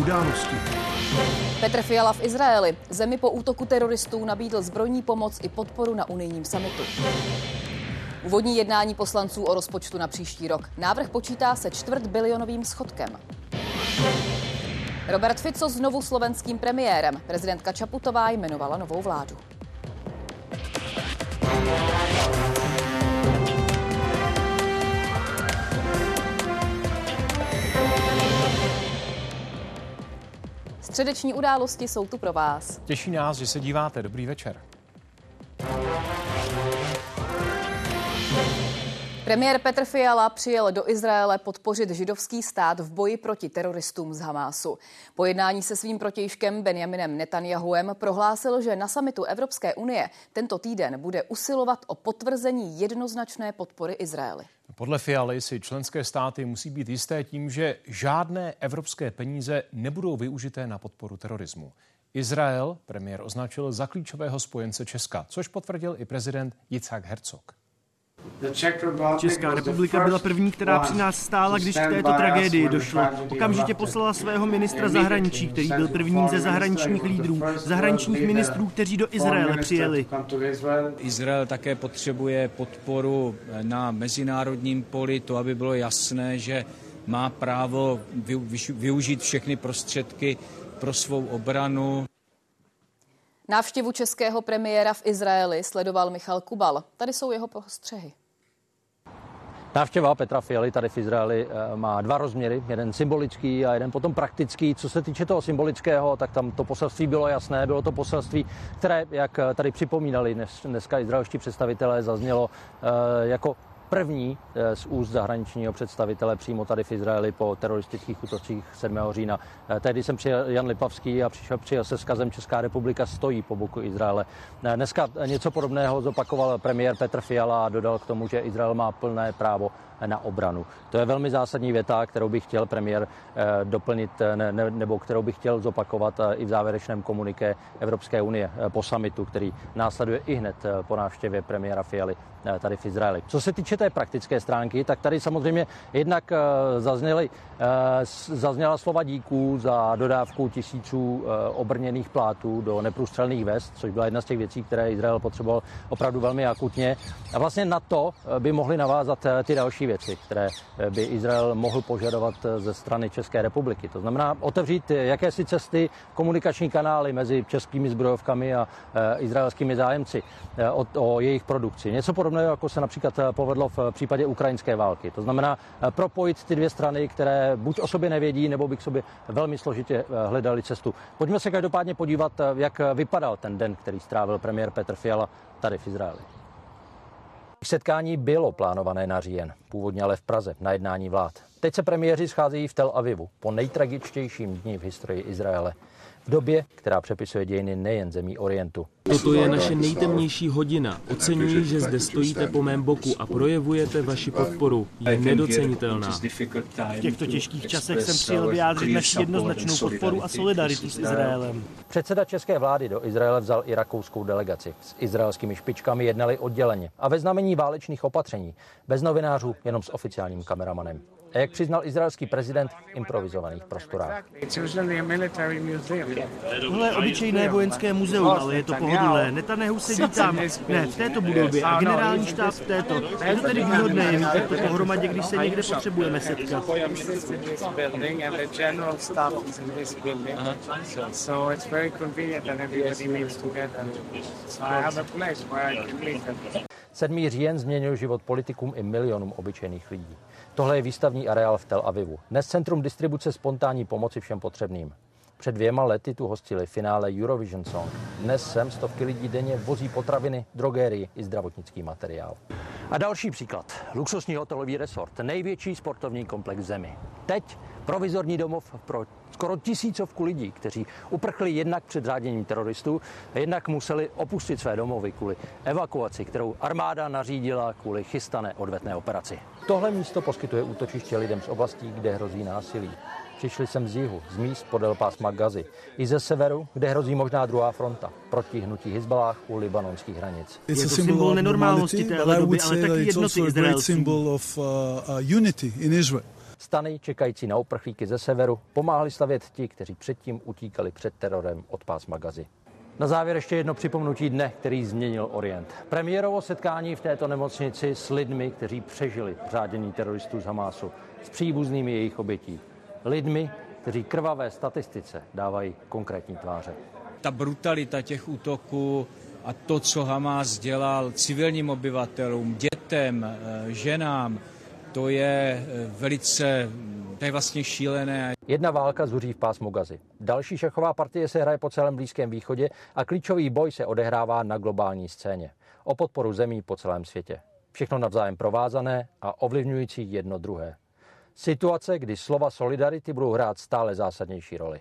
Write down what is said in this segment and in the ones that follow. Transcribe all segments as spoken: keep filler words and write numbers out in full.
události. Petr Fiala v Izraeli. Zemi po útoku teroristů nabídl zbrojní pomoc i podporu na unijním summitu. Úvodní jednání poslanců o rozpočtu na příští rok. Návrh počítá se čtvrtbilionovým schodkem. Robert Fico znovu slovenským premiérem. Prezidentka Čaputová jmenovala novou vládu. Středeční události jsou tu pro vás. Těší nás, že se díváte. Dobrý večer. Premiér Petr Fiala přijel do Izraele podpořit židovský stát v boji proti teroristům z Hamásu. Po jednání se svým protějškem Benjaminem Netanjahuem prohlásil, že na summitu Evropské unie tento týden bude usilovat o potvrzení jednoznačné podpory Izraeli. Podle Fialy si členské státy musí být jisté tím, že žádné evropské peníze nebudou využité na podporu terorismu. Izrael premiér označil za klíčového spojence Česka, což potvrdil i prezident Jicchak Herzog. Česká republika byla první, která při nás stála, když k této tragédii došlo. Okamžitě poslala svého ministra zahraničí, který byl prvním ze zahraničních lídrů, zahraničních ministrů, kteří do Izraele přijeli. Izrael také potřebuje podporu na mezinárodním poli, to, aby bylo jasné, že má právo využít všechny prostředky pro svou obranu. Návštěvu českého premiéra v Izraeli sledoval Michal Kubal. Tady jsou jeho postřehy. Návštěva Petra Fialy tady v Izraeli má dva rozměry, jeden symbolický a jeden potom praktický. Co se týče toho symbolického, tak tam to poselství bylo jasné. Bylo to poselství, které, jak tady připomínali dnes, dneska izraelští představitelé, zaznělo jako první z úst zahraničního představitele přímo tady v Izraeli po teroristických útocích sedmého října. Tehdy jsem přijel Jan Lipavský a přišel, přijel se vzkazem Česká republika stojí po boku Izraele. Dneska něco podobného zopakoval premiér Petr Fiala a dodal k tomu, že Izrael má plné právo na obranu. To je velmi zásadní věta, kterou bych chtěl premiér doplnit, ne, ne, nebo kterou bych chtěl zopakovat i v závěrečném komuniké Evropské unie po summitu, který následuje i hned po návštěvě premiéra Fialy tady v Izraeli. Co se týče té praktické stránky, tak tady samozřejmě jednak zazněly, zazněla slova díků za dodávku tisíců obrněných plátů do neprůstřelných vest, což byla jedna z těch věcí, které Izrael potřeboval opravdu velmi akutně. A vlastně na to by mohly navázat ty další věci, které by Izrael mohl požadovat ze strany České republiky. To znamená otevřít jakési cesty, komunikační kanály mezi českými zbrojovkami a izraelskými zájemci o, o jejich produkci. Něco podobného, jako se například povedlo v případě ukrajinské války. To znamená propojit ty dvě strany, které buď o sobě nevědí, nebo by k sobě velmi složitě hledali cestu. Pojďme se každopádně podívat, jak vypadal ten den, který strávil premiér Petr Fiala tady v Izraeli. Setkání bylo plánované na říjen, původně ale v Praze, na jednání vlád. Teď se premiéři scházejí v Tel Avivu po nejtragičtějším dni v historii Izraele. V době, která přepisuje dějiny nejen zemí Orientu. Toto je naše nejtemnější hodina. Oceňuji, že zde stojíte po mém boku a projevujete vaši podporu. Je nedocenitelná. V těchto těžkých časech jsem přijel vyjádřit naši jednoznačnou podporu a solidaritu s Izraelem. Předseda české vlády do Izraele vzal i rakouskou delegaci. S izraelskými špičkami jednali odděleně a ve znamení válečných opatření. Bez novinářů, jenom s oficiálním kameramanem. A jak přiznal izraelský prezident v improvizovaných prostorách. Tohle je obyčejné vojenské muzeum, ale je to pohodlné. Netanyahu sedí tam, ne, v této budově a generální štáb v této. Je to tedy výhodné je mít takto pohromadě, když se někde potřebujeme setkat. sedmý říjen změnil život politikům i milionům obyčejných lidí. Tohle je výstavní areál v Tel Avivu. Dnes centrum distribuce spontánní pomoci všem potřebným. Před dvěma lety tu hostili finále Eurovision Song. Dnes sem stovky lidí denně vozí potraviny, drogérii i zdravotnický materiál. A další příklad. Luxusní hotelový resort, největší sportovní komplex v zemi. Teď provizorní domov pro skoro tisícovku lidí, kteří uprchli jednak před řáděním teroristů, jednak museli opustit své domovy kvůli evakuaci, kterou armáda nařídila kvůli chystané odvetné operaci. Tohle místo poskytuje útočiště lidem z oblastí, kde hrozí násilí. Přišli sem z jihu, z míst podél pásma Gazy, i ze severu, kde hrozí možná druhá fronta, proti hnutí Hizballáh u libanonských hranic. Je to symbol nenormálnosti téhle doby, ale taky jednoty izraelců. Stany čekající na uprchlíky ze severu pomáhali stavět ti, kteří předtím utíkali před terorem od pásma Gazy. Na závěr ještě jedno připomenutí dne, který změnil Orient. Premiérovo setkání v této nemocnici s lidmi, kteří přežili řádění teroristů z Hamásu, s příbuznými jejich obětí. Lidmi, kteří krvavé statistice dávají konkrétní tváře. Ta brutalita těch útoků a to, co Hamás dělal civilním obyvatelům, dětem, ženám, to je velice, to je vlastně šílené. Jedna válka zuří v pásmu Gazy. Další šachová partie se hraje po celém Blízkém východě a klíčový boj se odehrává na globální scéně. O podporu zemí po celém světě. Všechno navzájem provázané a ovlivňující jedno druhé. Situace, kdy slova solidarity budou hrát stále zásadnější roli.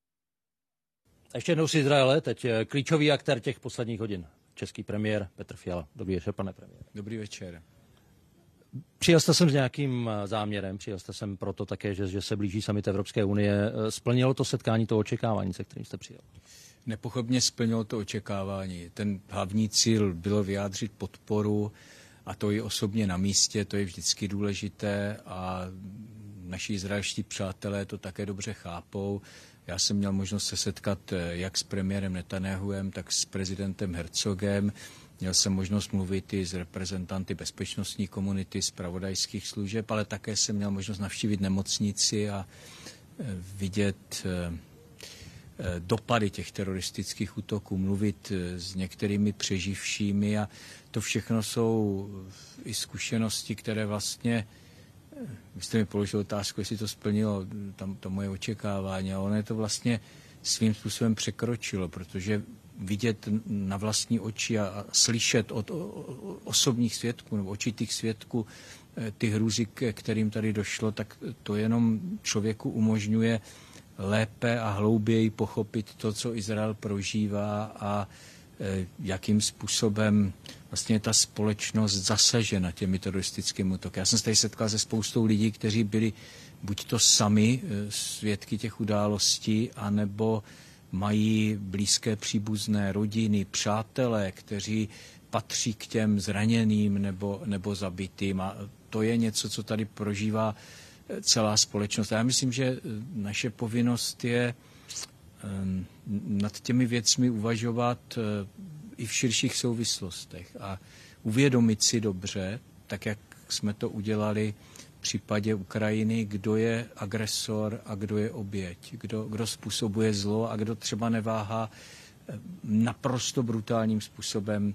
Ještě jednou z Izraele, teď klíčový aktér těch posledních hodin. Český premiér Petr Fiala. Dobrý večer, pane premiére. Dobrý večer. Přijel jste sem s nějakým záměrem, přijel jste sem proto také, že, že se blíží summit Evropské unie. Splnilo to setkání to očekávání, se kterým jste přijel? Nepochybně splnilo to očekávání. Ten hlavní cíl bylo vyjádřit podporu, a to i osobně na místě, to je vždycky důležité a naši izraelští přátelé to také dobře chápou. Já jsem měl možnost se setkat jak s premiérem Netanyahuem, tak s prezidentem Herzogem. Měl jsem možnost mluvit i s reprezentanty bezpečnostní komunity, zpravodajských služeb, ale také jsem měl možnost navštívit nemocnici a vidět dopady těch teroristických útoků, mluvit s některými přeživšími a to všechno jsou i zkušenosti, které vlastně, vy jste mi položil otázku, jestli to splnilo tam to moje očekávání, a ono je to vlastně svým způsobem překročilo, protože vidět na vlastní oči a, a slyšet od o, o, osobních svědků nebo očitých svědků ty hrůzy, k kterým tady došlo, tak to jenom člověku umožňuje lépe a hlouběji pochopit to, co Izrael prožívá a e, jakým způsobem vlastně ta společnost zasažena těmi teroristickými útoky. Já jsem se tady setkal se spoustou lidí, kteří byli buď to sami e, svědky těch událostí, anebo mají blízké příbuzné rodiny, přátelé, kteří patří k těm zraněným nebo, nebo zabitým. A to je něco, co tady prožívá celá společnost. A já myslím, že naše povinnost je nad těmi věcmi uvažovat i v širších souvislostech a uvědomit si dobře, tak jak jsme to udělali v případě Ukrajiny, kdo je agresor a kdo je oběť, kdo, kdo způsobuje zlo a kdo třeba neváhá naprosto brutálním způsobem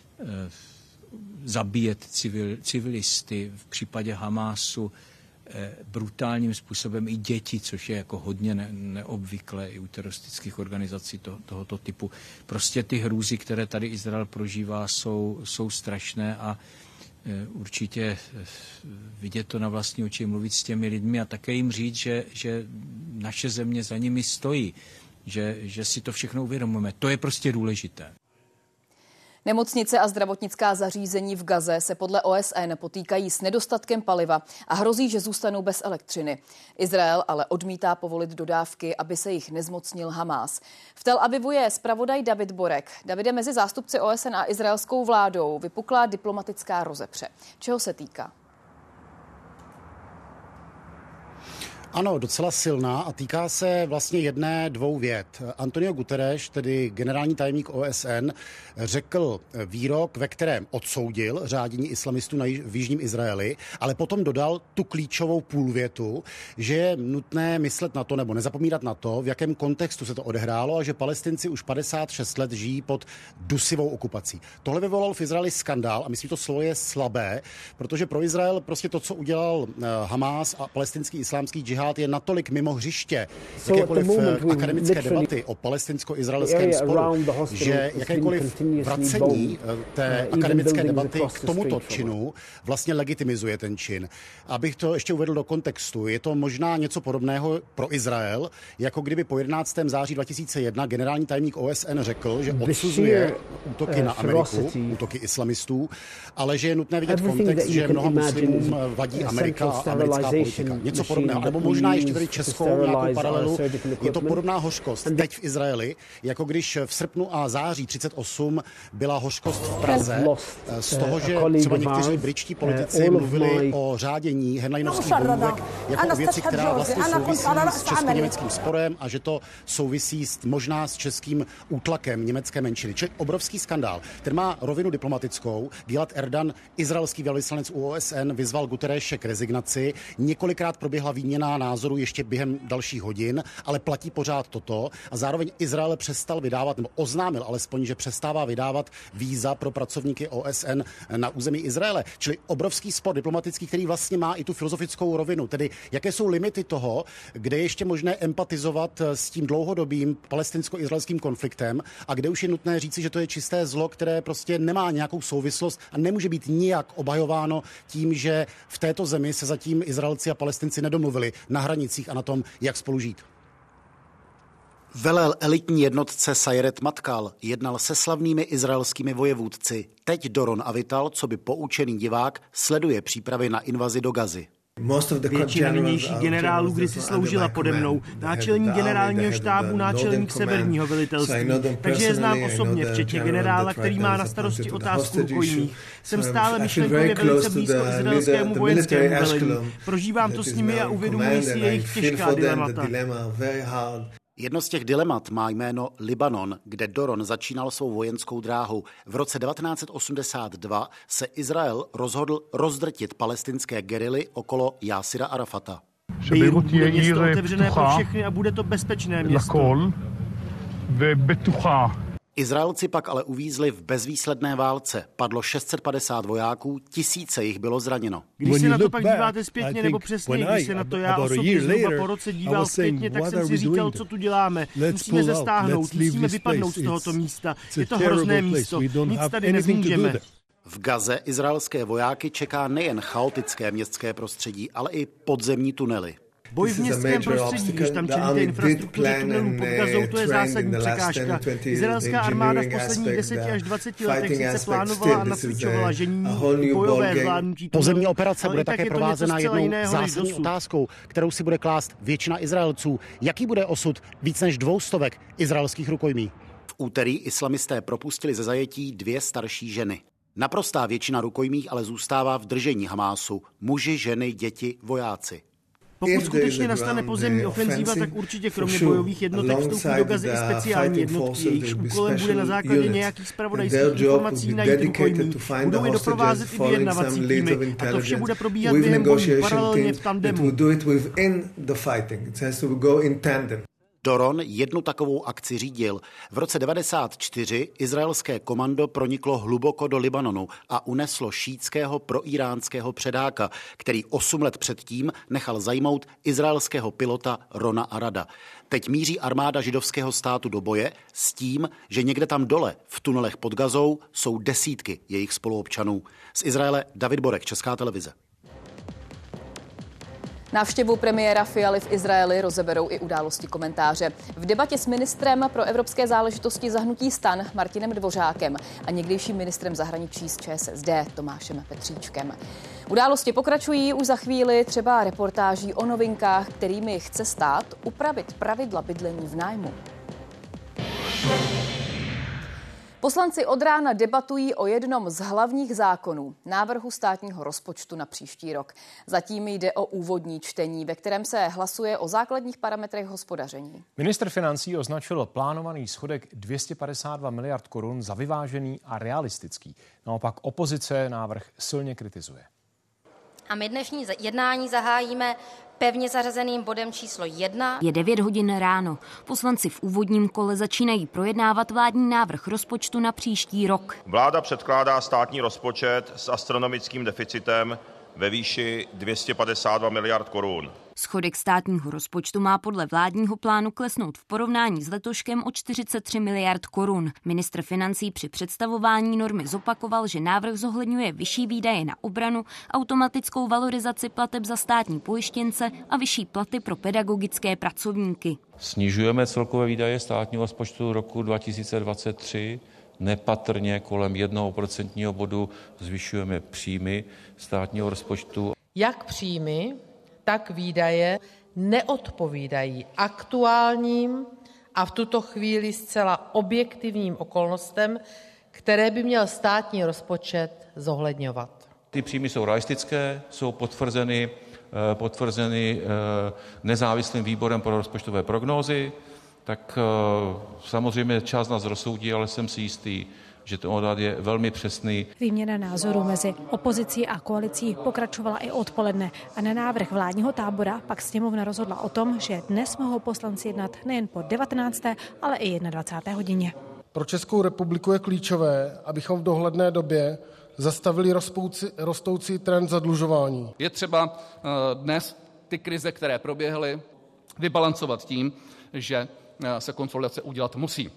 zabíjet civil, civilisty, v případě Hamásu brutálním způsobem i děti, což je jako hodně ne, neobvyklé i u teroristických organizací to, tohoto typu. Prostě ty hrůzy, které tady Izrael prožívá, jsou, jsou strašné a e, určitě e, vidět to na vlastní oči, mluvit s těmi lidmi a také jim říct, že, že naše země za nimi stojí, že, že si to všechno uvědomujeme. To je prostě důležité. Nemocnice a zdravotnická zařízení v Gaze se podle O S N potýkají s nedostatkem paliva a hrozí, že zůstanou bez elektřiny. Izrael ale odmítá povolit dodávky, aby se jich nezmocnil Hamás. V Tel Avivu je zpravodaj David Borek. Davide, mezi zástupci O S N a izraelskou vládou vypukla diplomatická rozepře. Čeho se týká? Ano, docela silná a týká se vlastně jedné, dvou vět. Antonio Guterres, tedy generální tajemník O S N, řekl výrok, ve kterém odsoudil řádění islamistů na, v jižním Izraeli, ale potom dodal tu klíčovou půlvětu, že je nutné myslet na to, nebo nezapomínat na to, v jakém kontextu se to odehrálo a že Palestinci už padesát šest let žijí pod dusivou okupací. Tohle vyvolal v Izraeli skandál a myslím, že to slovo je slabé, protože pro Izrael prostě to, co udělal Hamás a palestinský islámský džihad, je natolik mimo hřiště jakékoliv akademické debaty o palestinsko-izraelském sporu, že jakékoliv vracení té akademické debaty k tomuto činu vlastně legitimizuje ten čin. Abych to ještě uvedl do kontextu, je to možná něco podobného pro Izrael, jako kdyby po jedenáctého září dva tisíce jedna generální tajemník O S N řekl, že odsuzuje útoky na Ameriku, útoky islamistů, ale že je nutné vidět kontext, že mnoha muslimům vadí Amerika a americká politika. Něco podobného. Nebo možná ještě tady českou nějakou paralelu, je to podobná hořkost teď v Izraeli, jako když v srpnu a září třicet osm byla hořkost v Praze z toho, že třeba někteří britští politici mluvili o řádění henleinovských bomůvek jako o věci, která vlastně souvisí s česko-německým sporem a že to souvisí s, možná s českým útlakem německé menšiny. Čili obrovský skandál. Ten má rovinu diplomatickou. Gilad Erdan, izraelský velvyslanec u O S N, vyzval Guterreše k rezignaci. Několikrát proběhla výměna názorů ještě během dalších hodin, ale platí pořád toto. A zároveň Izrael přestal vydávat, nebo oznámil alespoň, že přestává vydávat víza pro pracovníky O S N na území Izraele. Čili obrovský spor diplomatický, který vlastně má i tu filozofickou rovinu. Tedy jaké jsou limity toho, kde je ještě možné empatizovat s tím dlouhodobým palestinsko-izraelským konfliktem a kde už je nutné říci, že to je čisté zlo, které prostě nemá nějakou souvislost a nemůže být nijak obhajováno tím, že v této zemi se zatím Izraelci a Palestinci nedomluvili na hranicích a na tom, jak spolu žít. Velel elitní jednotce Sayeret Matkal, jednal se slavnými izraelskými vojevůdci. Teď Doron Avital, co by poučený divák, sleduje přípravy na invazi do Gazy. Většina nynějších generálů kdysi sloužila pode mnou. Náčelník generálního štábu, náčelník severního velitelství. Takže je znám osobně, včetně generála, který má na starosti otázku rukojmích. Jsem stále myšlenkově velice blízko izraelskému vojenskému velení. Prožívám to s nimi a uvědomuji si jejich těžká dilemata. Jedno z těch dilemat má jméno Libanon, kde Doron začínal svou vojenskou dráhu. V roce devatenáct set osmdesát dva se Izrael rozhodl rozdrtit palestinské gerily okolo Jásira Arafata. Bejrút bude město otevřené pro všechny a bude to bezpečné město. Izraelci pak ale uvízli v bezvýsledné válce. Padlo šest set padesát vojáků, tisíce jich bylo zraněno. Když se na to pak díváte zpětně, nebo přesně, když se na to já osobně zhruba po roce díval zpětně, tak jsem si říkal, co tu děláme. Musíme se stáhnout, musíme vypadnout z tohoto místa. Je to hrozné místo, nic tady nezmůžeme. V Gaze izraelské vojáky čeká nejen chaotické městské prostředí, ale i podzemní tunely. Boj v městském prostředí, když tam čelíte infrastruktuře tunelů pod Gazou, to je zásadní překážka. Izraelská armáda v posledních deseti až dvaceti letech sice plánovala a nacvičovala ženíní bojové zvládnutí. Pozemní operace bude také provázena jednou zásadní otázkou, kterou si bude klást většina Izraelců. Jaký bude osud víc než dvoustovek izraelských rukojmí? V úterý islamisté propustili ze zajetí dvě starší ženy. Naprostá většina rukojmích ale zůstává v držení Hamásu. Muži, ženy, děti, vojáci. Pokud skutečně nastane pozemní ofenzíva, tak určitě kromě bojových jednotek vstoupí do Gazy i speciální jednotky. Jejichž úkolem bude na základě nějakých zpravodajských informací najít rukojmí. Budou je doprovázet i vyjednavací týmy a to vše bude probíhat během bojů paralelně v tandemu. Doron jednu takovou akci řídil. V roce devadesát čtyři izraelské komando proniklo hluboko do Libanonu a uneslo šítského proiránského předáka, který osm let předtím nechal zajmout izraelského pilota Rona Arada. Teď míří armáda židovského státu do boje s tím, že někde tam dole, v tunelech pod Gazou, jsou desítky jejich spoluobčanů. Z Izraele David Borek, Česká televize. Návštěvu premiéra Fialy v Izraeli rozeberou i události komentáře. V debatě s ministrem pro evropské záležitosti za hnutí STAN Martinem Dvořákem a někdejším ministrem zahraničí z ČSSD Tomášem Petříčkem. Události pokračují už za chvíli třeba reportáží o novinkách, kterými chce stát upravit pravidla bydlení v nájmu. Poslanci od rána debatují o jednom z hlavních zákonů, návrhu státního rozpočtu na příští rok. Zatím jde o úvodní čtení, ve kterém se hlasuje o základních parametrech hospodaření. Ministr financí označil plánovaný schodek dvě stě padesát dva miliard korun za vyvážený a realistický. Naopak opozice návrh silně kritizuje. A my dnešní jednání zahájíme pevně zařazeným bodem číslo jedna. Je devět hodin ráno. Poslanci v úvodním kole začínají projednávat vládní návrh rozpočtu na příští rok. Vláda předkládá státní rozpočet s astronomickým deficitem ve výši dvě stě padesát dva miliard korun. Schodek státního rozpočtu má podle vládního plánu klesnout v porovnání s letoškem o čtyřicet tři miliard korun. Ministr financí při představování normy zopakoval, že návrh zohledňuje vyšší výdaje na obranu, automatickou valorizaci plateb za státní pojištěnce a vyšší platy pro pedagogické pracovníky. Snižujeme celkové výdaje státního rozpočtu roku dva tisíce dvacet tři. Nepatrně kolem jednoho procentního bodu zvyšujeme příjmy státního rozpočtu. Jak příjmy, tak výdaje neodpovídají aktuálním a v tuto chvíli zcela objektivním okolnostem, které by měl státní rozpočet zohledňovat. Ty příjmy jsou realistické, jsou potvrzeny, potvrzeny nezávislým výborem pro rozpočtové prognózy, tak samozřejmě čas nás rozsoudí, ale jsem si jistý, že ten odhad je velmi přesný. Výměna názorů mezi opozicí a koalicí pokračovala i odpoledne a na návrh vládního tábora pak sněmovna rozhodla o tom, že dnes mohou poslanci jednat nejen po devatenácté, ale i dvacáté první hodině. Pro Českou republiku je klíčové, abychom v dohledné době zastavili rostoucí, rostoucí trend zadlužování. Je třeba dnes ty krize, které proběhly, vybalancovat tím, že se konsolidace udělat musí.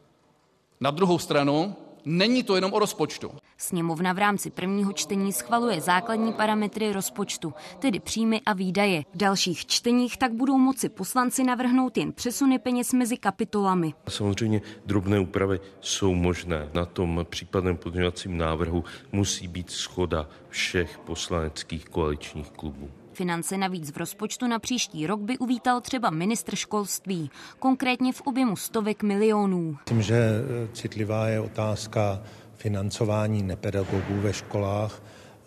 Na druhou stranu není to jenom o rozpočtu. Sněmovna v rámci prvního čtení schvaluje základní parametry rozpočtu, tedy příjmy a výdaje. V dalších čteních tak budou moci poslanci navrhnout jen přesuny peněz mezi kapitolami. Samozřejmě drobné úpravy jsou možné. Na tom případném pozměňovacím návrhu musí být shoda všech poslaneckých koaličních klubů. Finance navíc v rozpočtu na příští rok by uvítal třeba ministr školství, konkrétně v objemu stovek milionů. Myslím, že citlivá je otázka financování nepedagogů ve školách,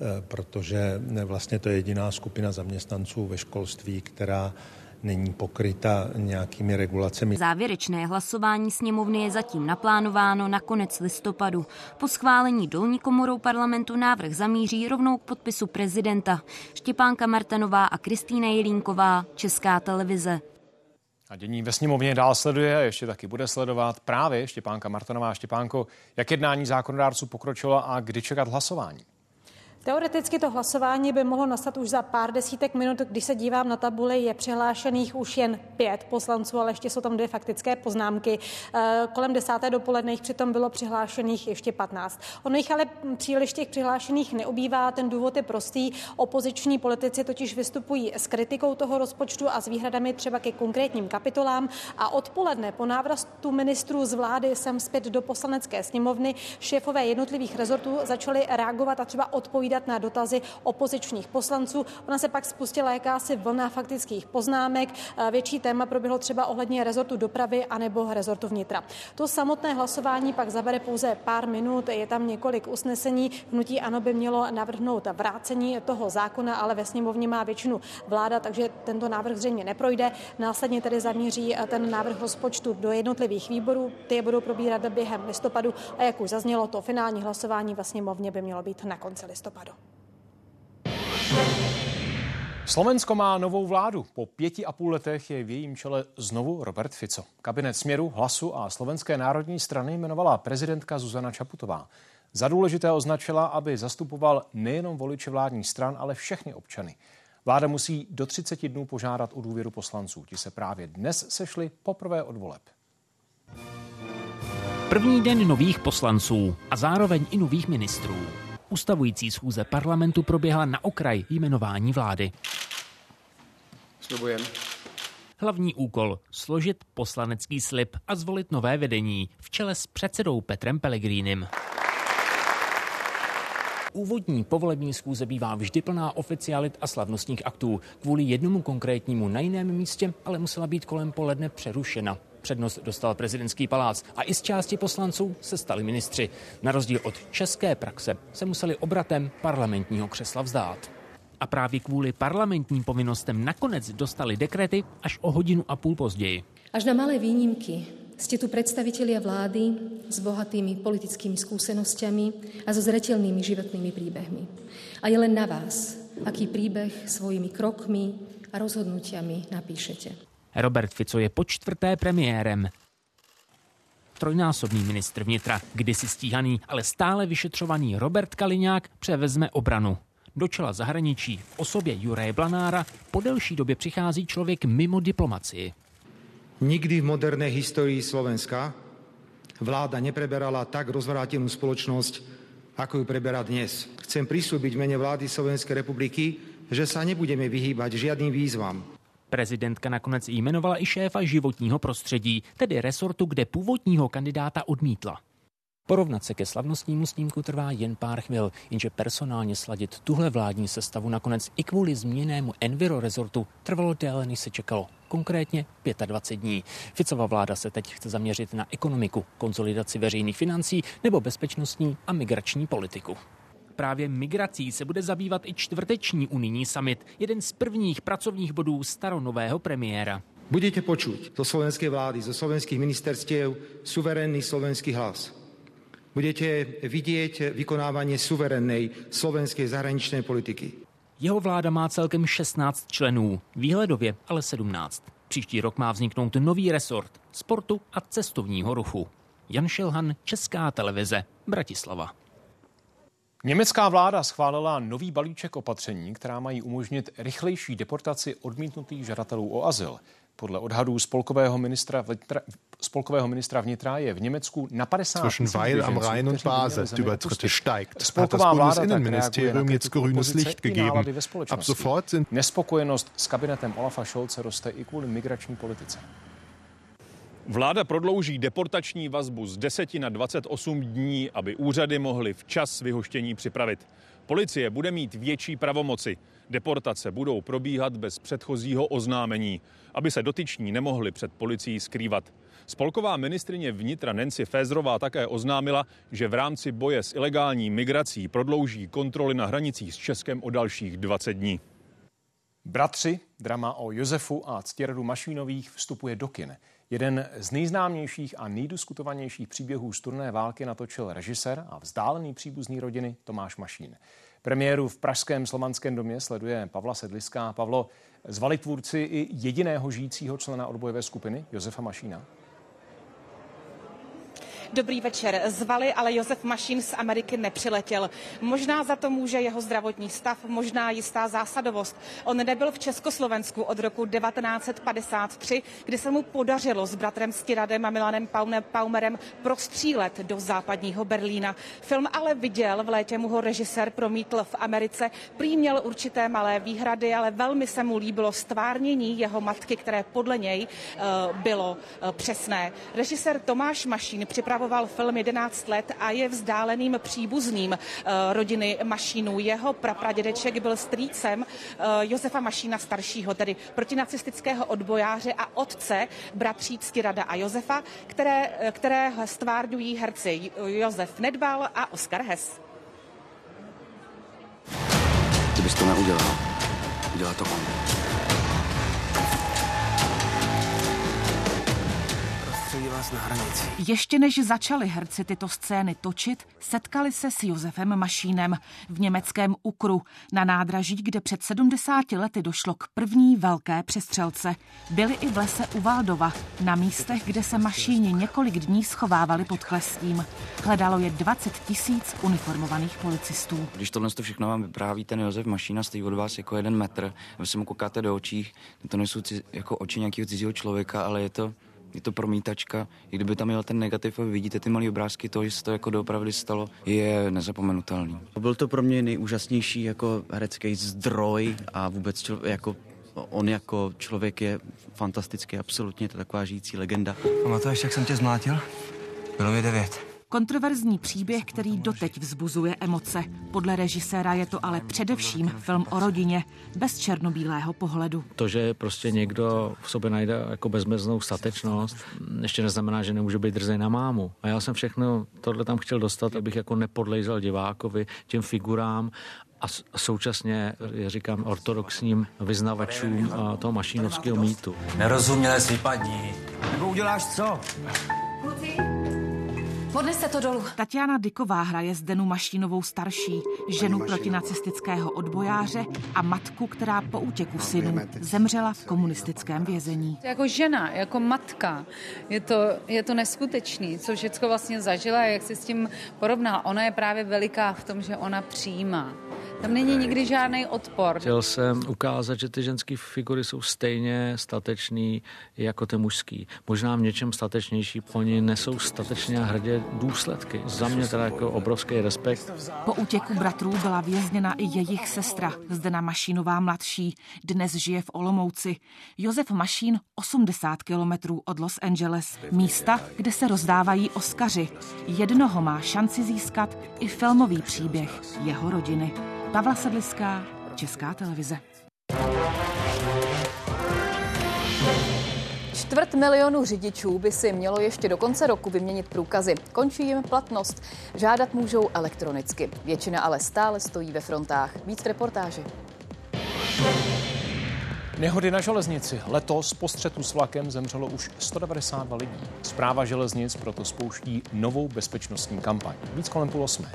protože vlastně to je jediná skupina zaměstnanců ve školství, která není pokryta nějakými regulacemi. Závěrečné hlasování sněmovny je zatím naplánováno na konec listopadu. Po schválení dolní komorou parlamentu návrh zamíří rovnou k podpisu prezidenta. Štěpánka Martanová a Kristýna Jelínková, Česká televize. A dění ve sněmovně dál sleduje a ještě taky bude sledovat právě Štěpánka Martanová. Štěpánko, jak jednání zákonodárců pokročilo a kdy čekat hlasování? Teoreticky to hlasování by mohlo nastat už za pár desítek minut. Když se dívám na tabuli, je přihlášených už jen pět poslanců, ale ještě jsou tam dvě faktické poznámky. Kolem desáté dopoledne jich přitom bylo přihlášených ještě patnáct. Ono jich ale příliš těch přihlášených neubývá. Ten důvod je prostý. Opoziční politici totiž vystupují s kritikou toho rozpočtu a s výhradami třeba ke konkrétním kapitolám. A odpoledne po návratu ministrů z vlády sem zpět do poslanecké sněmovny šéfové jednotlivých rezortů začali reagovat a třeba odpovídat na dotazy opozičních poslanců. Ona se pak spustila jakási vlna faktických poznámek. Větší téma proběhlo třeba ohledně rezortu dopravy anebo rezortu vnitra. To samotné hlasování pak zabere pouze pár minut. Je tam několik usnesení. Hnutí ANO by mělo navrhnout vrácení toho zákona, ale ve sněmovně má většinu vláda, takže tento návrh zřejmě neprojde. Následně tedy zamíří ten návrh rozpočtu do jednotlivých výborů. Ty je budou probírat během listopadu a jak už zaznělo, to finální hlasování ve sněmovně by mělo být na konci listopadu. Slovensko má novou vládu. Po pěti a půl letech je v jejím čele znovu Robert Fico. Kabinet Směru, Hlasu a Slovenské národní strany jmenovala prezidentka Zuzana Čaputová. Za důležité označila, aby zastupoval nejenom voliče vládních stran, ale všechny občany. Vláda musí do třiceti dnů požádat o důvěru poslanců. Ti se právě dnes sešli poprvé od voleb. První den nových poslanců a zároveň i nových ministrů. Ustavující schůze parlamentu proběhla na okraj jmenování vlády. Slibujem. Hlavní úkol – složit poslanecký slib a zvolit nové vedení v čele s předsedou Petrem Pellegrinem. Úvodní povolební schůze bývá vždy plná oficialit a slavnostních aktů. Kvůli jednomu konkrétnímu na jiném místě ale musela být kolem poledne přerušena. Přednost dostal prezidentský palác a i z části poslanců se stali ministři. Na rozdíl od české praxe se museli obratem parlamentního křesla vzdát. A právě kvůli parlamentním povinnostem nakonec dostali dekrety až o hodinu a půl později. Až na malé výnimky ste tu predstavitelia vlády s bohatými politickými skúsenosťami a so zreteľnými životnými príbehmi. A je len na vás, aký príbeh svojimi krokmi a rozhodnutiami napíšete. Robert Fico je po čtvrté premiérem. Trojnásobný ministr vnitra, kdysi stíhaný, ale stále vyšetřovaný Robert Kaliňák převezme obranu. Do čela zahraničí v osobě Juraje Blanára po delší době přichází člověk mimo diplomacii. Nikdy v modernej histórii Slovenska vláda nepreberala tak rozvrátenú spoločnosť, ako ju preberá dnes. Chcem prisúbiť v mene vlády Slovenskej republiky, že sa nebudeme vyhýbať žiadnym výzvam. Prezidentka nakonec jmenovala i šéfa životního prostředí, tedy resortu, kde původního kandidáta odmítla. Porovnat se ke slavnostnímu snímku trvá jen pár chvil, jenže personálně sladit tuhle vládní sestavu nakonec i kvůli zmíněnému Enviro rezortu trvalo déle, než se čekalo. Konkrétně dvacet pět dní. Ficova vláda se teď chce zaměřit na ekonomiku, konsolidaci veřejných financí nebo bezpečnostní a migrační politiku. Právě migrací se bude zabývat i čtvrteční unijní summit, jeden z prvních pracovních bodů staronového premiéra. Budete počuť zo slovenskej vlády, zo slovenských ministerstiev suverénny slovenský hlas. Budete vidieť vykonávanie suverénnej slovenskej zahraničnej politiky. Jeho vláda má celkem šestnáct členů, výhledově ale sedmnáct. Příští rok má vzniknout nový resort sportu a cestovního ruchu. Jan Šilhan, Česká televize, Bratislava. Německá vláda schválila nový balíček opatření, která mají umožnit rychlejší deportaci odmítnutých žadatelů o azyl. Podle odhadů spolkového ministra vnitra, spolkového ministra vnitra je v Německu na padesát Zwischen Weil am Rhein und Basel die Übertritte steigt, hat das Bundesinnenministerium jetzt grünes Licht gegeben. Ab sofort sind Nespokojenost s kabinetem Olafa Scholze roste i kvůli migrační politice. Vláda prodlouží deportační vazbu z deseti na dvacet osm dní, aby úřady mohly včas vyhoštění připravit. Policie bude mít větší pravomoci. Deportace budou probíhat bez předchozího oznámení, aby se dotyční nemohli před policií skrývat. Spolková ministryně vnitra Nancy Faeserová také oznámila, že v rámci boje s ilegální migrací prodlouží kontroly na hranicích s Českem o dalších dvacet dní. Bratři, drama o Josefu a Ctiradu Mašínových vstupuje do kin. Jeden z nejznámějších a nejdiskutovanějších příběhů studené války natočil režisér a vzdálený příbuzný rodiny Tomáš Mašín. Premiéru v pražském Slovanském domě sleduje Pavla Sedliská. Pavlo, zvali tvůrci i jediného žijícího člena odbojové skupiny Josefa Mašína? Dobrý večer. Zvali, ale Josef Mašín z Ameriky nepřiletěl. Možná za to může jeho zdravotní stav, možná jistá zásadovost. On nebyl v Československu od roku devatenáct set padesát tři, kdy se mu podařilo s bratrem Ctiradem a Milanem Paumerem prostřílet do západního Berlína. Film ale viděl, v létě mu ho režisér promítl v Americe. Prý měl určité malé výhrady, ale velmi se mu líbilo stvárnění jeho matky, které podle něj uh, bylo uh, přesné. Režisér Tomáš Mašín připravoval film jedenáct let a je vzdáleným příbuzným uh, rodiny Mašínů. Jeho prapradědeček byl strýcem uh, Josefa Mašína staršího, tedy protinacistického odbojáře a otce bratří Ctirada a Josefa, které, které stvárňují herci Josef Nedbal a Oskar Hess. Kdybys to neudělal, udělá to on. Na hranici. Ještě než začali herci tyto scény točit, setkali se s Josefem Mašínem v německém Ukru na nádraží, kde před sedmdesáti lety došlo k první velké přestřelce. Byli i v lese u Valdova, na místech, kde se Mašíni několik dní schovávali pod chlestím. Hledalo je dvacet tisíc uniformovaných policistů. Když tohle všechno vám vypráví ten Josef Mašína, stojí od vás jako jeden metr, vy se mu koukáte do očí, to nejsou ciz, jako oči nějakého cizího člověka, ale je to Je to promítačka. I kdyby tam měl ten negativ a vidíte ty malé obrázky, to, že se to jako doopravdy stalo, je nezapomenutelný. Byl to pro mě nejúžasnější jako herecký zdroj a vůbec člo, jako on jako člověk je fantastický, absolutně, to je taková žijící legenda. Pamatuješ, jak jsem tě zmlátil? Bylo mi devět. Kontroverzní příběh, který doteď vzbuzuje emoce. Podle režiséra je to ale především film o rodině, bez černobílého pohledu. To, že prostě někdo v sobě najde jako bezmeznou statečnost, ještě neznamená, že nemůže být drzej na mámu. A já jsem všechno tohle tam chtěl dostat, abych jako nepodlejzal divákovi, těm figurám a současně, já říkám, ortodoxním vyznavačům toho mašínovského mýtu. Nerozumělé si padní. Nebo uděláš co? Kluci. Podneste to dolů. Tatiana Dyková hraje Zdenu Mašínovou starší, ženu protinacistického odbojáře a matku, která po útěku synů zemřela v komunistickém vězení. Jako žena, jako matka, je to, je to neskutečný, co všechno vlastně zažila, jak se s tím porovnala. Ona je právě veliká v tom, že ona přijímá Tam není nikdy žádný odpor. Chtěl jsem ukázat, že ty ženské figury jsou stejně statečný jako ty mužský. Možná v něčem statečnější. Oni nesou statečně a hrdě důsledky. Za mě teda jako obrovský respekt. Po útěku bratrů byla vězněna i jejich sestra, Zdena Mašínová mladší. Dnes žije v Olomouci. Josef Mašín osmdesát kilometrů od Los Angeles. Místa, kde se rozdávají Oscaři. Jednoho má šanci získat i filmový příběh jeho rodiny. Pavla Sedliská, Česká televize. Čtvrt milionu řidičů by si mělo ještě do konce roku vyměnit průkazy. Končí jim platnost. Žádat můžou elektronicky. Většina ale stále stojí ve frontách. Víc v reportáži. Nehody na železnici. Letos po střetu s vlakem zemřelo už sto devadesát dva lidí. Správa železnic proto spouští novou bezpečnostní kampaň. Víc kolem půl osmé.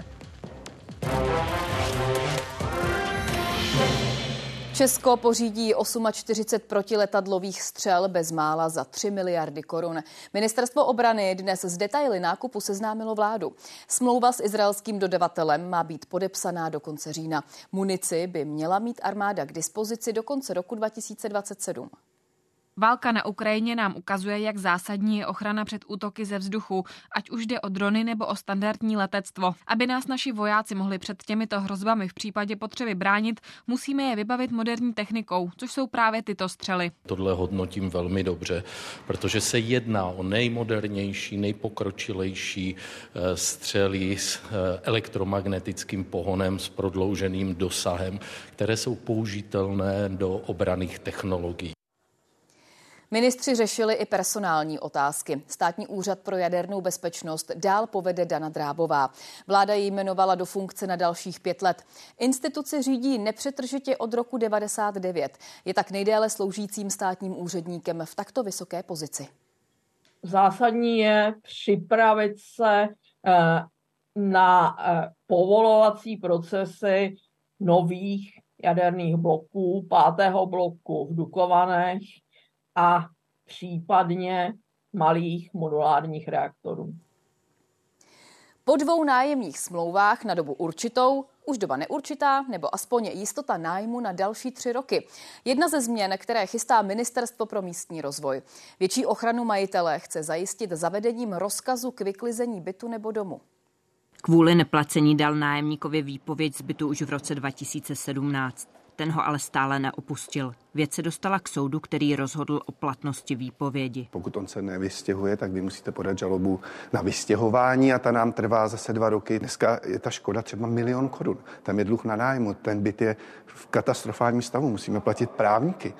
Česko pořídí čtyřicet osm protiletadlových střel bezmála za tři miliardy korun. Ministerstvo obrany dnes s detaily nákupu seznámilo vládu. Smlouva s izraelským dodavatelem má být podepsaná do konce října. Munici by měla mít armáda k dispozici do konce roku dva tisíce dvacet sedm. Válka na Ukrajině nám ukazuje, jak zásadní je ochrana před útoky ze vzduchu, ať už jde o drony nebo o standardní letectvo. Aby nás naši vojáci mohli před těmito hrozbami v případě potřeby bránit, musíme je vybavit moderní technikou, což jsou právě tyto střely. Tohle hodnotím velmi dobře, protože se jedná o nejmodernější, nejpokročilejší střely s elektromagnetickým pohonem, s prodlouženým dosahem, které jsou použitelné do obranných technologií. Ministři řešili i personální otázky. Státní úřad pro jadernou bezpečnost dál povede Dana Drábová. Vláda ji jmenovala do funkce na dalších pět let. Instituci řídí nepřetržitě od roku devadesát devět. Je tak nejdéle sloužícím státním úředníkem v takto vysoké pozici. Zásadní je připravit se na povolovací procesy nových jaderných bloků, pátého bloku v Dukovanech a případně malých modulárních reaktorů. Po dvou nájemních smlouvách na dobu určitou, už doba neurčitá nebo aspoň jistota nájmu na další tři roky. Jedna ze změn, které chystá Ministerstvo pro místní rozvoj. Větší ochranu majitele chce zajistit zavedením rozkazu k vyklizení bytu nebo domu. Kvůli neplacení dal nájemníkovi výpověď z bytu už v roce dva tisíce sedmnáct. Ten ho ale stále neopustil. Věc se dostala k soudu, který rozhodl o platnosti výpovědi. Pokud on se nevystěhuje, tak vy musíte podat žalobu na vystěhování a ta nám trvá zase dva roky. Dneska je ta škoda třeba milion korun. Tam je dluh na nájmu, ten byt je v katastrofálním stavu, musíme platit právníky.